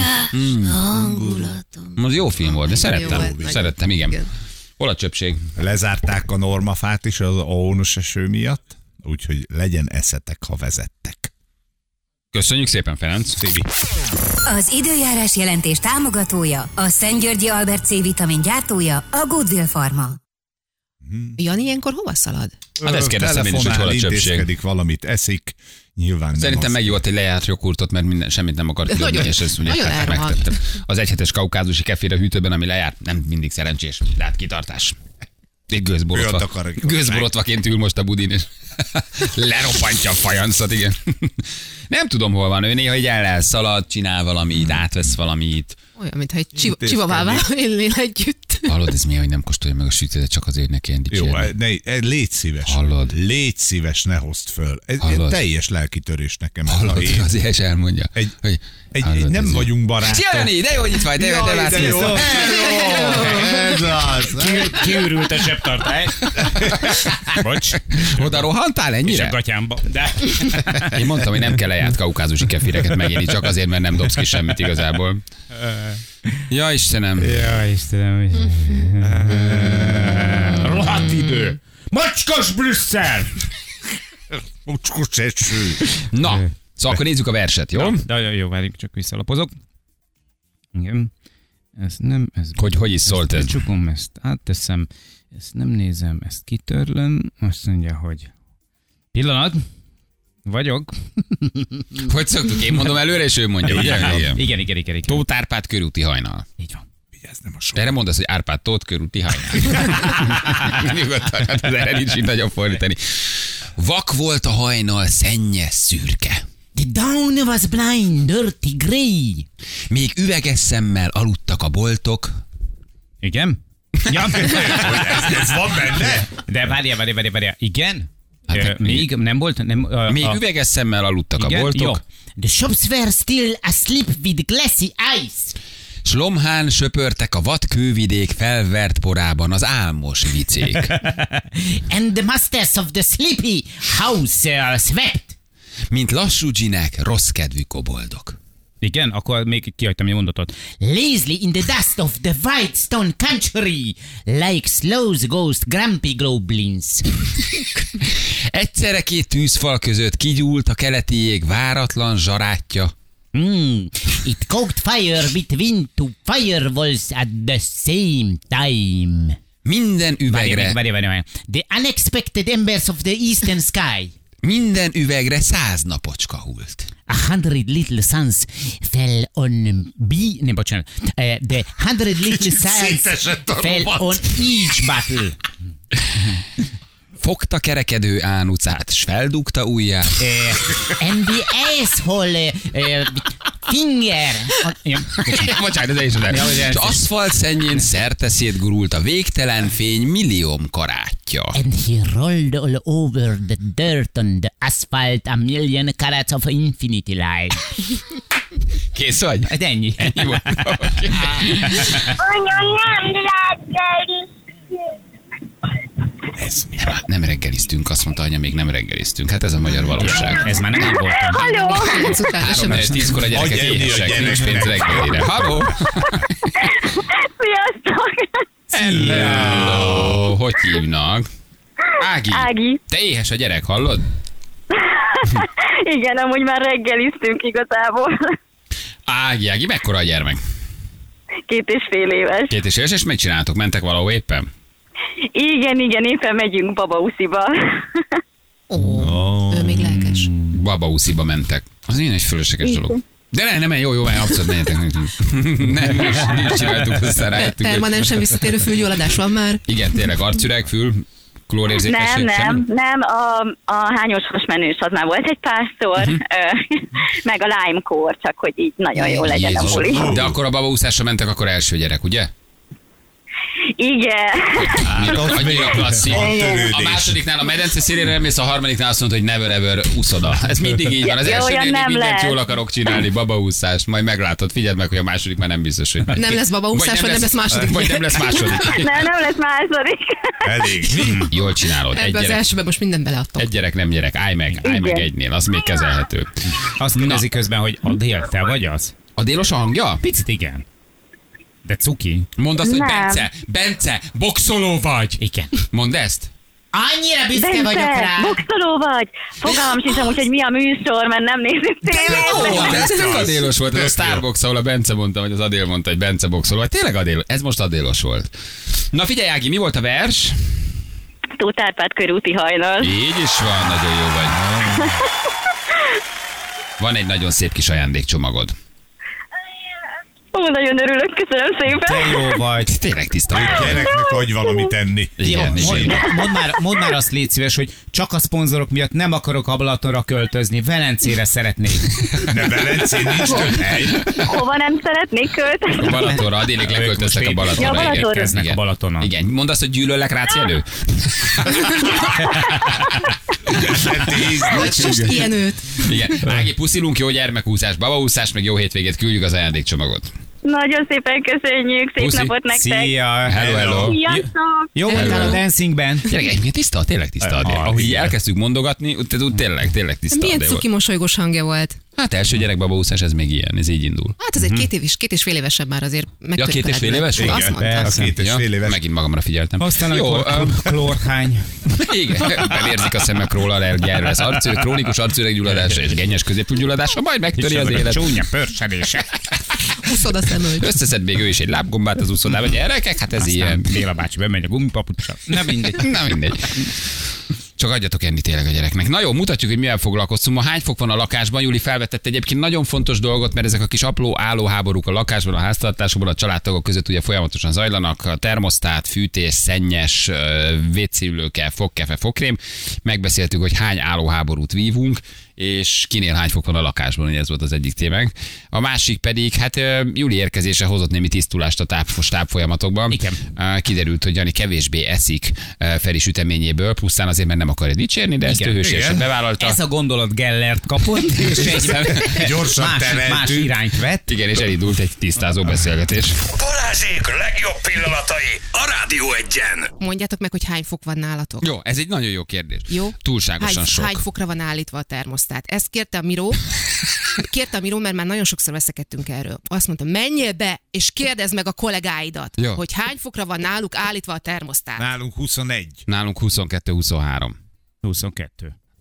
Az jó film volt, de szerettem, igen. Hol a csöpség? Lezárták a normafát is az ónos eső miatt, úgyhogy legyen eszetek, ha vezettek. Köszönjük szépen, Ferenc. Szébi. Az időjárás jelentés támogatója, a Szent-Györgyi Albert C-vitamin gyártója, a Goodwill Pharma. Jani ilyenkor hova szalad? Hát ezt kérdeztem én is, hogy hol a csöpség. Valamit eszik, nyilván szerintem megjólt egy lejárt joghurtot, mert semmit nem akart különni, és ezt ugye megtettem. Az egyhetes kaukázusi kefir a hűtőben, ami lejárt, nem mindig szerencsés, de hát kitartás. Egy gőzborotvaként ül most a budin, és lerobbantja a fajanszat, igen. Nem tudom, hol van ő, néha így elszalad, csinál valamit, átvesz valamit. Olyan, mintha egy csivavával élnél együtt. Hallod, ez mi, hogy nem kóstolja meg a sütőt, csak azért ne kelljen dicsérni. Jó, légy szíves. Hallod? Légy szíves, ne hozd föl. Ez teljes lelkitörés nekem. Hallod, azért is elmondja. Nem vagyunk barátok. Jani, de jó, hogy itt vagy, de jó. Ez az. Kiürült a zsebtartály. Bocs. Oda rohantál ennyire? És a gatyámba. De. Én mondtam, hogy nem kell lejárt kaukázusi kefireket megélni, csak azért, mert nem dobsz ki semmit igazából. Ja, Istenem. Rohadt idő. Macskos Brüsszel. Macskos eső. Na, szóval akkor nézzük a verset, jó? De jó, várjuk, csak visszalapozok. Igen. Ez nem, ez... Hogy is szólt ez? Csukom, ezt átteszem, ezt nem nézem, ezt kitörlöm, azt mondja, hogy pillanat, vagyok. Hogy szoktuk, én mondom előre, és ő mondja, ugye? Igen. Tóth Árpád körúti hajnal. Így van. Vigyázz, nem a sor. De erre mondasz, hogy Árpád Tóth körúti hajnal. Nyugodtan, hát az erre nincs így nagyon fordítani. Vak volt a hajnal, szennyes, szürke. The dawn was blind, dirty grey. Még üveges szemmel aludtak a boltok. Igen? Ja. Ez van benne? De várjál. Igen? Hát, még nem volt? Még üveges szemmel aludtak a boltok. Jó. The shops were still asleep with glassy eyes. S lomhán söpörtek a vadkővidék felvert porában az álmos vicék. And the masters of the sleepy house slept. Mint lassú dzsinek, rossz kedvű koboldok. Igen, akkor még kihagytam egy mondatot. Lazily in the dust of the white stone country, like slow ghost grumpy goblins. Egyszerre két tűzfal között kigyúlt a keleti jég váratlan zsarátja. It caught fire between two firewalls at the same time. Minden üvegre... Várj. The unexpected embers of the eastern sky. Minden üvegre 100 napocska hult. 100 little suns fell on the 100 little suns fell on each battle. Fogta kerekedő ánucát, s feldugta ujját. And the asshole finger. Bocsánat, ez is az. Aszfalt szennyén szerte szétgurult a végtelen fény millióm karátja. And he rolled all over the dirt on the asphalt a million carats of infinity light. Kész vagy? Hát ennyi. Ennyi volt. Okay. Anya, nem reggeliztünk. Ez mi? Nem reggeliztünk, azt mondta anya, még nem reggeliztünk. Hát ez a magyar valóság. Ez már nem így voltam. Halló! 3-10-kor a gyerekek éhesek, nincs pénz reggelire. Halló! Sziasztok! Hello! Hogy hívnak? Ági. Ági. Te éhes a gyerek, hallod? Igen, amúgy már reggeliztünk igazából. Ági, mekkora a gyermek? 2,5 éves. 2,5 éves, és mit csináltok? Mentek valahol éppen? Igen, éppen megyünk babausziba. Ő még lelkes. Babausziba mentek. Az ilyen egy fölösleges dolog. De nem, jó, abszolút menjetek. Nem, nincs csináltuk, aztán rájöttünk. Permanensen visszatérő fülgyulladás van már? Igen, tényleg arcüreg, fül, klórérzékenység. Nem, a hányos menős az már volt egy párszor, meg a lime kór, csak hogy így nagyon jó legyen a buli. De akkor a babaúszásra mentek, akkor első gyerek, ugye? Igen. Annyira klasszik. A másodiknál a medence szélére elmész, a harmadiknál azt mondod, hogy never ever úszoda. Ez mindig így van. Az elsőnél mindent lehet. jól akarok csinálni, babaúszást, majd meglátod, figyeld meg, hogy a második már nem biztos, hogy... Nem lesz babaúszás, vagy nem lesz második. Vagy nem lesz második. Nem lesz második. Elég. Jól csinálod. Ebbe az elsőben most mindent beleadtok. Egy gyerek, nem gyerek. Állj meg egynél, az még kezelhető. Azt kérdezik közben, hogy Adél, te vagy az? Adélos a hangja? Picit igen. De Mondd azt, hogy Nem. Bence, boxoló vagy. Igen. Mondd ezt. Annyira büszke vagyok rá. boxoló vagy? Fogalmam sincsem, úgyhogy mi a műsor, mert nem nézzük tévét. De ez nem Adélos volt, ez a Starbox, ahol a Bence mondta, vagy az Adél mondta, hogy Bence boxoló. Vagy tényleg Adél, ez most Adélos volt. Na figyelj, Ági, mi volt a vers? Tóth Árpád körúti hajnal. Így is van, nagyon jó vagy. Van egy nagyon szép kis ajándékcsomagod. Nagyon örülök, köszönöm szépen. Te jó vagy. Tényleg tiszta. Gyereknek adj valami tenni. Igen. Mondd már azt, légy szíves, hogy csak a szponzorok miatt nem akarok a Balatonra költözni, Velencére szeretnék. De Velencén nincs több hely. Hova nem szeretnék költözni? A Balatonra, Adélik leköltöztek a Balatonra. Ja, Balatonra. Érkeznek a Balatonon. Igen, mondd azt, hogy gyűlöllek, Ráci elő? Most ilyen őt. Igen. Ági, puszilunk, jó gyermekúszás, babaúszás, meg jó hétvégét, küldjük az ajándékcsomagot. Nagyon szépen köszönjük, szép Puszi. napot nektek. Szia. Hello. Sziasztok! Jó voltál a dancingben? Gyerekek, egyébként tiszta, tényleg tiszta Adél. Ahogy így elkezdtük mondogatni, tényleg tiszta Milyen Adél volt. cuki mosolygós hangja volt. Hát első gyerek babaúszás, ez még ilyen, ez így indul. Hát ez egy 2,5 évesebb már azért Ja, 2,5 éves? Azt Igen, mondtam. A 2,5 éves. Megint magamra figyeltem. Aztán Jó, amikor klórhány. igen, belérzik a szemek róla, allergiára lesz krónikus arcüreggyulladása és gennyes középülgyulladása, majd megtöri az élet. Csúnya pörselése. Úszod a szemöld. Összeszed még ő is egy lábgombát az úszodába, gyerekek, hát ez ilyen. Béla bácsi bemegy a gumipapucsa. Na mindegy. Na mindegy. Csak adjatok enni tényleg a gyereknek. Na jó, mutatjuk, hogy mivel foglalkoztunk. Ma hány fok van a lakásban? Júli felvetett egyébként nagyon fontos dolgot, mert ezek a kis apró állóháborúk a lakásban, a háztartásokban, a családtagok között ugye folyamatosan zajlanak. A termosztát, fűtés, szennyes, vécélőke, fogkefe, fogkrém. Megbeszéltük, hogy hány állóháborút vívunk, és kinél hány fok van a lakásban, ugye ez volt az egyik témánk. A másik pedig, hát Júli érkezése hozott némi tisztulást a tápfolyamatokban. Igen. Kiderült, hogy Jani kevésbé eszik Feri süteményéből, pusztán azért, mert nem akarja dicsérni, de ezt ő hősiesen bevállalta. Ez a gondolat Gellert kapott, és egy Gyorsan más tereltünk. irányt vett. Igen, és elindult egy tisztázó beszélgetés. Balázsék legjobb pillanatai a Rádió Egyen. Mondjátok meg, hogy hány fok van nálatok. Jó, ez egy nagyon jó kérdés. Jó? Túlságosan sok. Hány fokra van állítva a termosztát? Ezt kérte a Miró. Kérte a Miró, mert már nagyon sokszor veszekedtünk erről. Azt mondta, menjél be, és kérdezd meg a kollégáidat, Jó. hogy hány fokra van náluk állítva a termosztát. Nálunk 21. Nálunk 22-23. 22.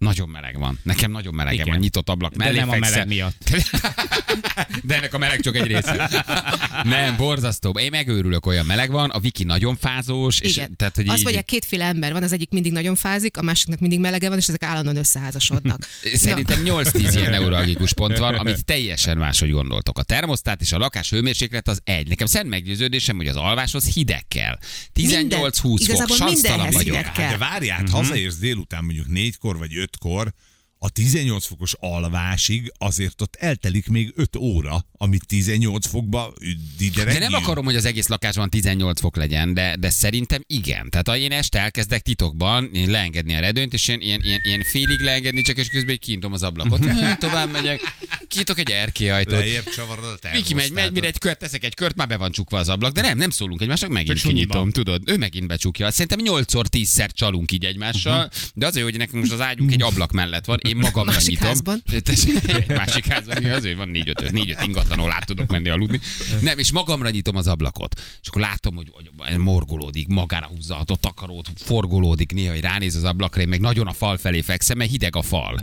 Nagyon meleg van. Nekem nagyon melegem Igen. van. Nyitott ablak mellé De nem a fekszem. meleg miatt. De ennek a meleg csak egy része. Nem, borzasztó. Én megőrülök, olyan meleg van, a Viki nagyon fázós. És Igen. tehát, hogy Azt így... mondják, kétféle ember van, az egyik mindig nagyon fázik, a másiknak mindig melege van, és ezek állandóan összeházasodnak. Szerintem 8-10 ilyen neuralgikus pont van, amit teljesen máshogy gondoltok. A termosztát és a lakás hőmérséklet az egy. Nekem szent meggyőződésem, hogy az alváshoz hideg kell. 18-20 fok, igazából sansztalan mindenhez vagyok. hideg kell. De várjál, hazaérsz délután mondjuk 4-kor vagy 5-kor, a 18 fokos alvásig azért ott eltelik még 5 óra, amit 18 fokba De nem akarom, hogy az egész lakásban 18 fok legyen, de szerintem igen. Tehát én este elkezdek titokban leengedni a redőnyt, és ilyen félig leengedni, csak és közben kinyitom az ablakot. Tovább megyek, kinyitok egy erkélyajtót. Lejjebb csavarod a termosztátot. Viki megy, mire egy kört, teszek egy kört, már be van csukva az ablak, de nem szólunk egymásnak, megint kinyitom, tudod. Ő megint becsukja. Szerintem 8-10-szer csalunk így egymással, de az, hogy nekünk most az ágyunk egy ablak mellett van, én magamra Másik nyitom. házban. Másik házban, azért van 4-5 ingatlanul át tudok menni aludni. Nem, és magamra nyitom az ablakot. És akkor látom, hogy morgolódik, magára húzza a takarót, forgolódik, néha, hogy ránéz az ablakra, én meg nagyon a fal felé fekszem, mert hideg a fal.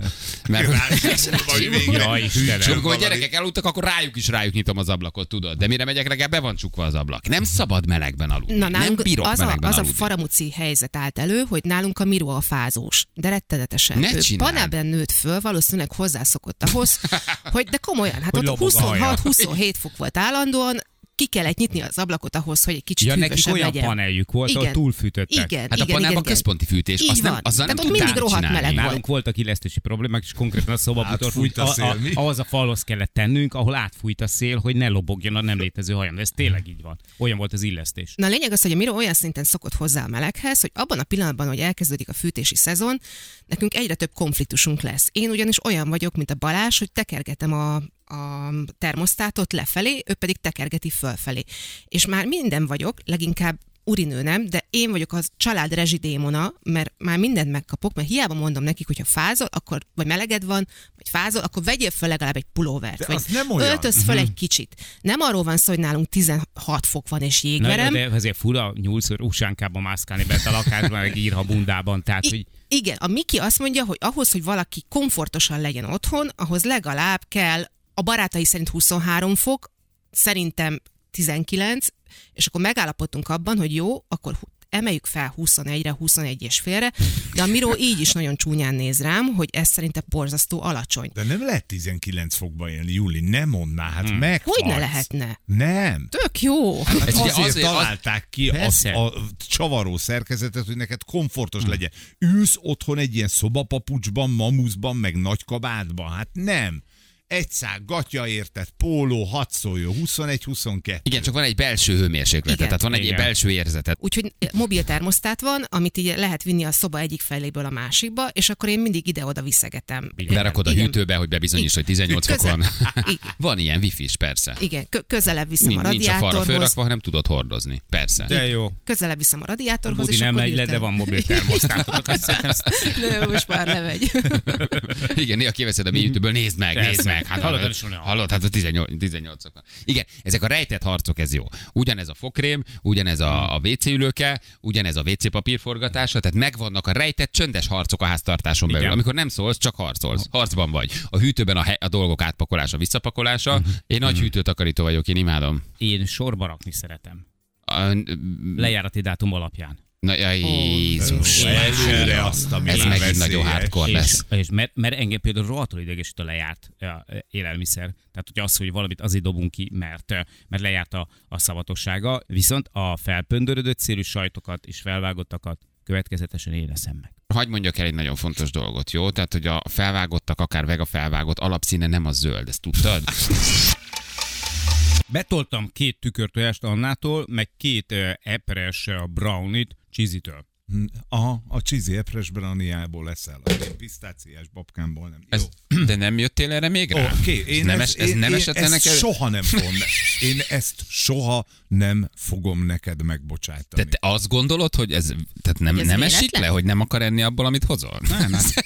Jaj, Istenem. És amikor a gyerekek eludtak, akkor rájuk nyitom az ablakot, tudod. De mire megyek reggel, be van csukva az ablak. Nem szabad melegben aludni. Na, nem nálunk bírok melegben az a aludni. faramuci helyzet állt elő, hogy nálunk a Miro a fázós, de rettenetesen. Ne Ő csináld. panelben nőtt föl, valószínűleg hozzászokott ahhoz, hogy de komolyan, hát Hogy ott lobog a haja. 26-27 fok volt állandóan, ki kellett nyitni az ablakot ahhoz, hogy egy kicsit Ja, nekik hűvösebb olyan legyen. paneljük volt, ahol Igen. túlfűtöttek. Igen, Hát a panelban központi fűtés. Így Azt nem, van. azzal nem Tehát ott tudtál mindig rohadt csinálni. meleg volt. Nálunk voltak illesztési problémák, és konkrétan a szobabútort Átfújt a szél, mi? ahhoz a falhoz kellett tennünk, ahol átfújt a szél, hogy ne lobogjon a nem létező hajam. De ez tényleg így van. Olyan volt az illesztés. Na a lényeg az, hogy a Miro olyan szinten szokott hozzá a meleghez, hogy abban a pillanatban, hogy elkezdődik a fűtési szezon, nekünk egyre több konfliktusunk lesz. Én ugyanis olyan vagyok, mint a Balázs, hogy tekergetem a termosztátot lefelé, ő pedig tekergeti fölfelé. És már minden vagyok, leginkább urinő nem, de én vagyok az család rezsidémona, mert már mindent megkapok, mert hiába mondom nekik, hogyha fázol, akkor, vagy meleged van, vagy fázol, akkor vegyél föl legalább egy pulóvert, De vagy az nem olyan. öltöz föl egy kicsit. Nem arról van szó, hogy nálunk 16 fok van és jégverem. De azért fura nyúlszor usánkában mászkálni bent a lakásban, meg írha bundában. Tehát, hogy Igen, a Miki azt mondja, hogy ahhoz, hogy valaki komfortosan legyen otthon, ahhoz legalább kell, a barátai szerint 23 fok, szerintem 19, és akkor megállapodtunk abban, hogy jó, akkor emeljük fel 21-re, 21 és félre, de a Miro így is nagyon csúnyán néz rám, hogy ez szerintem borzasztó alacsony. De nem lehet 19 fokba élni, Júli, nem mondná, hát megfagysz. Hogy ne lehetne? Nem. Tök jó. Ez ugye Azért találták ki Persze. a csavaró szerkezetet, hogy neked komfortos legyen. Ülsz otthon egy ilyen szobapapucsban, mamuszban, meg nagy kabátban? Hát nem. Egy szág gatya érted, póló, 6 szóljó, 21-22. Igen, csak van egy belső hőmérséklet, Igen. tehát van egy Igen. belső érzetet. Úgyhogy mobil termosztát van, amit így lehet vinni a szoba egyik feléből a másikba, és akkor én mindig ide-oda viszegetem. Berakod a Igen. hűtőbe, hogy bebizonyíts, hogy 18 fok Közel- van. Igen. Van ilyen wifi is, persze. Igen, közelebb viszem a Nincs a falra radiátorhoz. fölrakva, hanem tudod hordozni. Persze. de jó. Közelebb viszem a radiátorhoz, Budi és nem akkor megy le, ültem. de van mobil termosztátok. Nem, most már lemegy. Igen, néha kiveszed a mélyütőből, nézd meg. Hallod, Hát a 18 van. Igen, ezek a rejtett harcok, ez jó. Ugyanez a fokrém, ugyanez a WC ülőke, ugyanez a WC papírforgatása, tehát megvannak a rejtett csöndes harcok a háztartáson belül. Igen. Amikor nem szólsz, csak harcolsz. Harcban vagy. A hűtőben a dolgok átpakolása, visszapakolása. Én nagy hűtőtakarító vagyok, én imádom. Én sorba rakni szeretem. A- Lejárati dátum alapján. Na, ja, Jézus. Előre azt, ami Ez már megint nagyon veszélyes. hardcore lesz. És mert engem például rohadtul idegesít a lejárt élelmiszer. Tehát, hogy az, hogy valamit azért dobunk ki, mert lejárt a szavatossága, viszont a felpöndörödött szélű sajtokat és felvágottakat következetesen én eszem meg. Hagy mondjak el egy nagyon fontos dolgot, jó? Tehát, hogy a felvágottak, akár vega felvágott alapszíne nem a zöld, ezt tudtad? Betoltam 2 tükörtojást Annától, meg 2 epres brownie-t Cheesy-től. Aha, a cheesy epres brownie-ából leszel. A pisztáciás babkámból nem. Ez, de nem jöttél erre még rá? Oké, Ez nem esett le neked? soha nem fogom. Én ezt soha nem fogom neked megbocsátani. Te azt gondolod, hogy ez tehát nem Ez esik véletlen? le, hogy nem akar enni abból, amit hozol? Nem.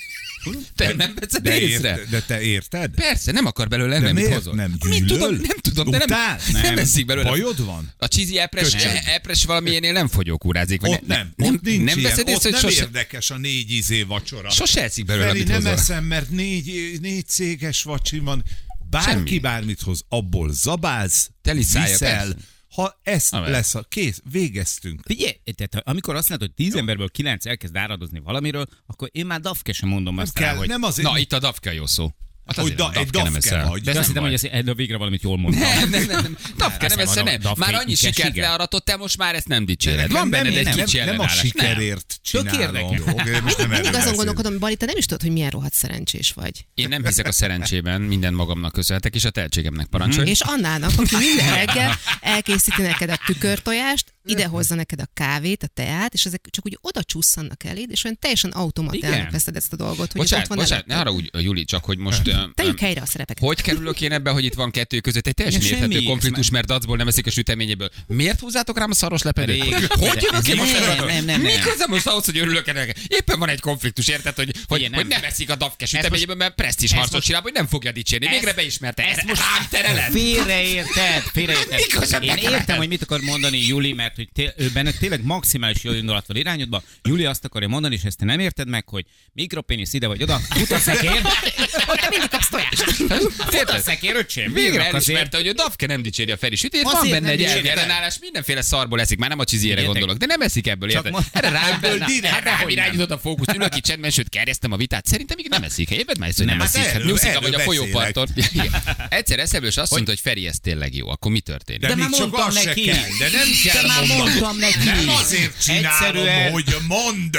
Te nem veszed észre? De te érted? Persze, nem akar belőle De enni, amit miért hozol. nem Mit gyűlöl? nem tudom, de nem eszik belőle. Bajod van? A cheesy epres valamilyennél nem fogyókúrázik. Vagy Ott nem nincs nem ilyen. veszed észre, Ott hogy nem sose, érdekes a 4 vacsora. sose eszik belőle, Feri, amit nem hozol. eszem, mert 4 céges vacsi van. Bárki Semmi. bármit hoz, abból zabálsz, Teli szája, viszel. persze. Ha ez Amen. lesz kész, végeztünk. Figyelj, tehát amikor azt mondod, hogy 10 emberből 9 elkezd áradozni valamiről, akkor én már dafke sem mondom azt rá, hogy... Nem azért, Na, itt a dafke a jó szó. Hát hogy azért egy nem dafke eszel. vagy. De azt hittem, hogy de végre valamit jól mondtam. Nem. Dafke nem eszel, nem. Már annyi sikert learatottál, most már ezt nem dicséred. Van benned egy kicsi nem a ellenállás. sikerért csinálom. érdekes. Mindig azon gondolkodom, Bali, te nem is tudod, hogy milyen rohadt szerencsés vagy. Én nem hiszek a szerencsében, minden magamnak köszönhetek, és a tehetségemnek parancsolj. És Annának, aki minden reggel elkészíti neked a tükörtojást, idehozza neked a kávét, a teát, és ezek csak úgy oda csusszannak eléd, és olyan teljesen automatának Igen. veszed ezt a dolgot, hogy ez ott van Bocsánat, ne előtted. haragudj, Juli, csak hogy most... Tegyük helyre a szerepeket. Hogy kerülök én ebbe, hogy itt van kettő között egy teljesen Ja, érthető semmi. konfliktus, mert dacból nem eszik a süteményéből. Miért húzzátok rám a szaros lepedőt? Rég. Hogy jövök én most Nem, erről? nem. Mi közben most ahhoz, hogy örülök ennek? Éppen van egy konfliktus, érted, hogy nem. nem eszik a dafke süteményéből, mert presztízs harcot csinál, hogy nem fogja dicsérni. Végre beismerte. Ez most rám tereled. Félreérted. Mikor Én értem, hogy mit akar mondani Juli, mert hogy ő benne tényleg maximális jó indulat van irányodba. Juli azt akarja mondani, és ezt te nem érted meg, hogy mikropénisz ide vagy oda, futaszekér. Te mindig kapsz tojást. Futaszekér, öcsém. Végre bírok azért. elismerte, hogy a dafke nem dicséri a Feri sütét, van Azért benne nem egy dicséri. ellenállás, mindenféle szarból eszik, már nem a cheesyére Figyeljetek. gondolok, de nem eszik ebből, Csak érted? Erre Hát rám irányított a fókusz, ülök itt csendben, sőt kerjeztem a vitát, szerintem még nem eszik. Éved már ezt, hogy nem Nem, eszik. hát Hát erről- nyugszik, erről vagy a folyóparton. beszélek. Igen. Egyszer eszembe, és azt mondta, hogy Feri, ez tényleg jó. Akkor mi történik? De De még már csak mondtam az se neki. kell, de nem kell De már mondani. mondtam neki. Nem azért csinálom, Egyszerűen- hogy mondd.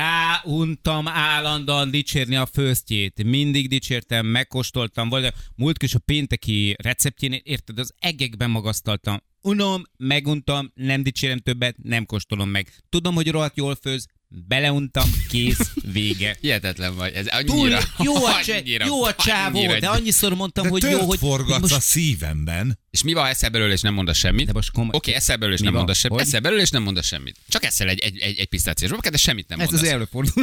Ráuntam állandóan dicsérni a főztjét. Mindig dicsértem, megkóstoltam. Vagy múltkor is a pénteki receptjén, érted, az egekben magasztaltam. Unom, meguntam, nem dicsérem többet, nem kóstolom meg. Tudom, hogy rohadt jól főz, beleuntam, kész, vége. Hihetetlen vagy. Ez Túl annyira, jó a csávó, annyira- de annyiszor mondtam, De hogy jó, tört hogy forgatsz most a szívemben. És mi van, ha eszel belőle, és nem mondasz semmit? De most komoly- Oké, eszel belőle, és Mi nem van? mondasz semmit. Hogy? Eszel belőle, és nem mondasz semmit. Csak eszel egy pisztáciás babakát, de semmit nem ez mondasz. az előfordul.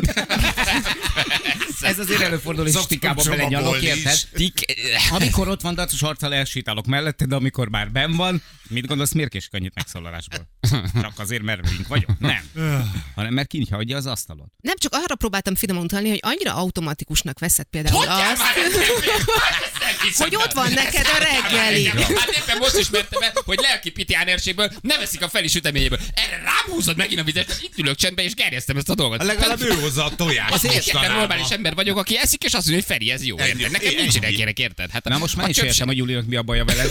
Ez azért előfordul, és Szoktam tikába csomagolni belenyalok, is. érted? Amikor ott van dacos arccal elsétálok mellette, de amikor már benn van, mit gondolsz, miért késik annyit megszólalásból? Csak azért, mert velünk vagyok? Nem. Hanem mert kinyitja hagyja az asztalon. Nem, csak arra próbáltam finom utalni, hogy annyira automatikusnak veszed például Hogy azt, hogy ott van neked a reggeli. Hát éppen most ismertem el, hogy lelki pitiánerségből nem eszik a Feri süteményéből. Erre rám húzod megint a vizet, itt ülök csendben, és gerjesztem ezt a dolgot. Legalább ő hozza a tojást. Az egyetlen mostanában. normális ember vagyok, aki eszik, és azt mondja, hogy Feri, ez jó. Érted? Nekem nincs ilyenek, érted? Hát Na most már a is csöp értem, hogy Julinak mi a baja veled.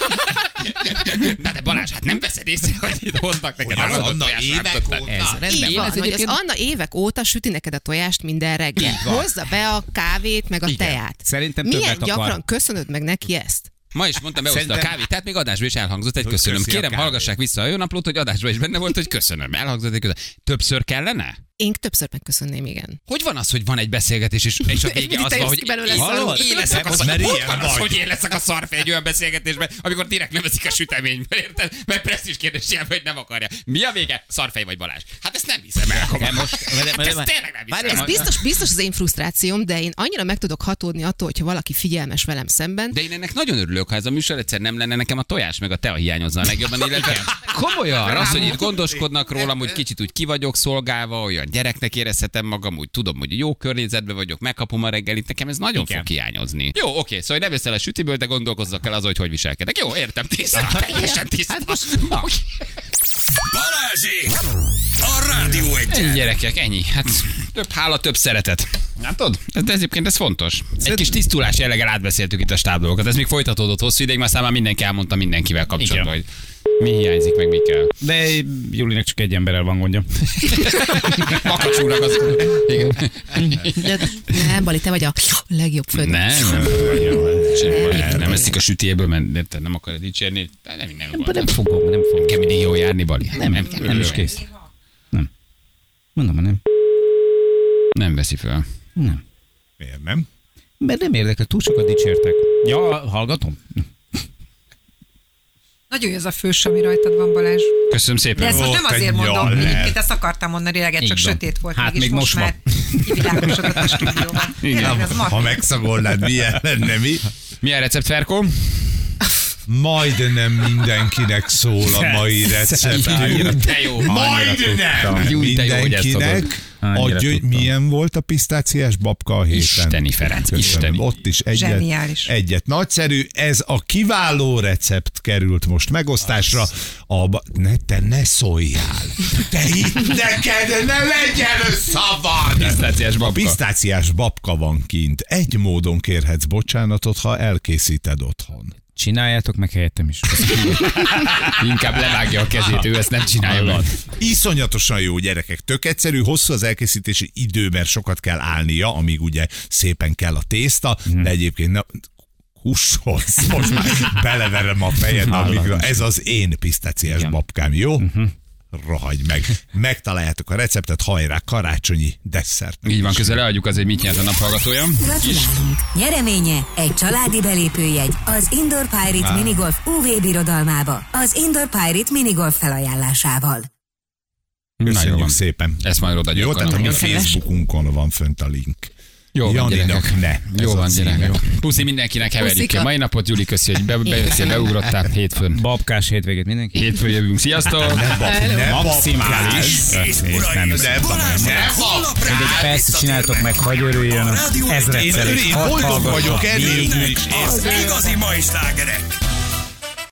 Na de Balázs, hát nem veszed észre, hogy itt hoznak neked Hogy az a Anna tojás évek rántották. óta? Ez Így rendben. van, ez hogy az egyébként- Anna évek óta süti neked a tojást minden reggel. Hozza be a kávét, meg a Igen. teát. Szerintem Milyen többet akar. gyakran köszönöd meg neki ezt? Ma is mondtam, behozta a Szerintem- kávét, tehát még adásban is elhangzott egy Hogy köszönöm. köszi a Kérem, kávét. hallgassák vissza a jó naplót, hogy adásban is benne volt, hogy köszönöm. Elhangzott egy köszönöm. Többször kellene? Én többször megköszönném, igen. Hogy van az, hogy van egy beszélgetés, és a vége Mindig az te van, jössz hogy ki belőle hallod? Én leszek a Mert hogy ilyen van az, vagy. hogy én leszek a szarfej egy olyan beszélgetésben, amikor direkt nem veszik a süteményből, érted? Mert presztízs kérdés ilyen, hogy nem akarja. Mi a vége? Szarfej vagy Balázs? Hát ezt nem hiszem el. De most... Hát ezt tényleg nem hiszem Ez el. biztos az én frusztrációm, de én annyira meg tudok hatódni attól, hogyha valaki figyelmes velem szemben. De én ennek nagyon örülök, ha ez a műsor egyszer nem lenne, nekem a tojás meg a tea hiányozna a legjobban, illetve komolyan, az, hogy itt gondoskodnak rólam, hogy kicsit úgy ki vagyok szolgálva, olyan gyereknek érezhetem magam, úgy tudom, hogy jó környezetben vagyok, megkapom a reggelit, nekem ez nagyon Igen. fog hiányozni. Jó, oké, szóval nem veszel a sütiből, de gondolkozzak el az, hogy viselkedek. Jó, értem, tiszta, teljesen tiszta. Oké. Balázsék! A Rádió Egyen! Gyerekek, ennyi. Hát több hála, több szeretet. Látod? De egyébként ez fontos. Egy kis tisztulás jelleggel átbeszéltük itt a stáb dolgokat. Ez még folytatódott hosszú ideig, már számán mindenki elmondta mindenkivel kapcsolatban, hogy mi hiányzik, meg mi kell. De Julinek csak egy emberrel van gondja. Makacsúrak az. Igen. Nem, Bali, te vagy a legjobb főnök. Nem eszik a sütéből, mert nem akarod dicsérni. Nem fogom. Kell mindig jól járni, Bali. Nem is kész. Nem. Mondom, nem. Nem veszi fel. Nem. Miért nem? Mert nem érdekel, túl sokat dicsértek. Ja, hallgatom. Nagyon jó ez a fős, ami rajtad van, Balázs. Köszönöm De szépen. ezt most nem te azért mondom, nyaller. egyébként ezt akartam mondani reggel, csak Így van. sötét volt. Hát mégis még most már van. Kivilágosodott a stúdióban. Ha megszagolnád, milyen lenne mi? Milyen recept, Ferkó? Majdnem mindenkinek szól a mai receptünk. De jó. Majdnem mindenkinek. Milyen volt a pisztáciás babka a héten? Isteni, Ferenc, isteni. Ott is Zseniális. egyet nagyszerű. Ez a kiváló recept került most megosztásra. Te ne szóljál. Te itt neked ne legyen szavad. Pisztáciás babka. A pisztáciás babka van kint. Egy módon kérhetsz bocsánatot, ha elkészíted otthon. Csináljátok meg helyettem is. Inkább levágja a kezét, ő ezt nem csinálja meg. Iszonyatosan jó, gyerekek. Tök egyszerű, hosszú az elkészítési idő, mert sokat kell állnia, amíg ugye szépen kell a tészta, de egyébként húshoz. Most már beleverem a fejed, ez az én pisztáciás babkám, jó? Rohagy meg. Megtaláljátok a receptet, hajrá, karácsonyi desszert. Így van, közel leadjuk azért, mit nyert a naphallgatója. Gratulálunk! Nyereménye egy családi belépőjegy az Indoor Pirate Minigolf UV birodalmába az Indoor Pirate Minigolf felajánlásával. Köszönjük szépen. Ezt majd odaadjuk. Jó, tehát a mi Facebookunkon van fönt a link. Jó van, gyerekek. Jó van, gyerekek. Puszi mindenkinek, heverjük a mai napot. Juli, köszi, hogy bejöttél, beugrottál hétfőn. Babkás hétvégét mindenki. Hétfőn jövünk. Sziasztok! Maximális. Persze csináltok meg, hogy örüljön. Ezredszer. Én boldog vagyok, Az igazi mai slágerek.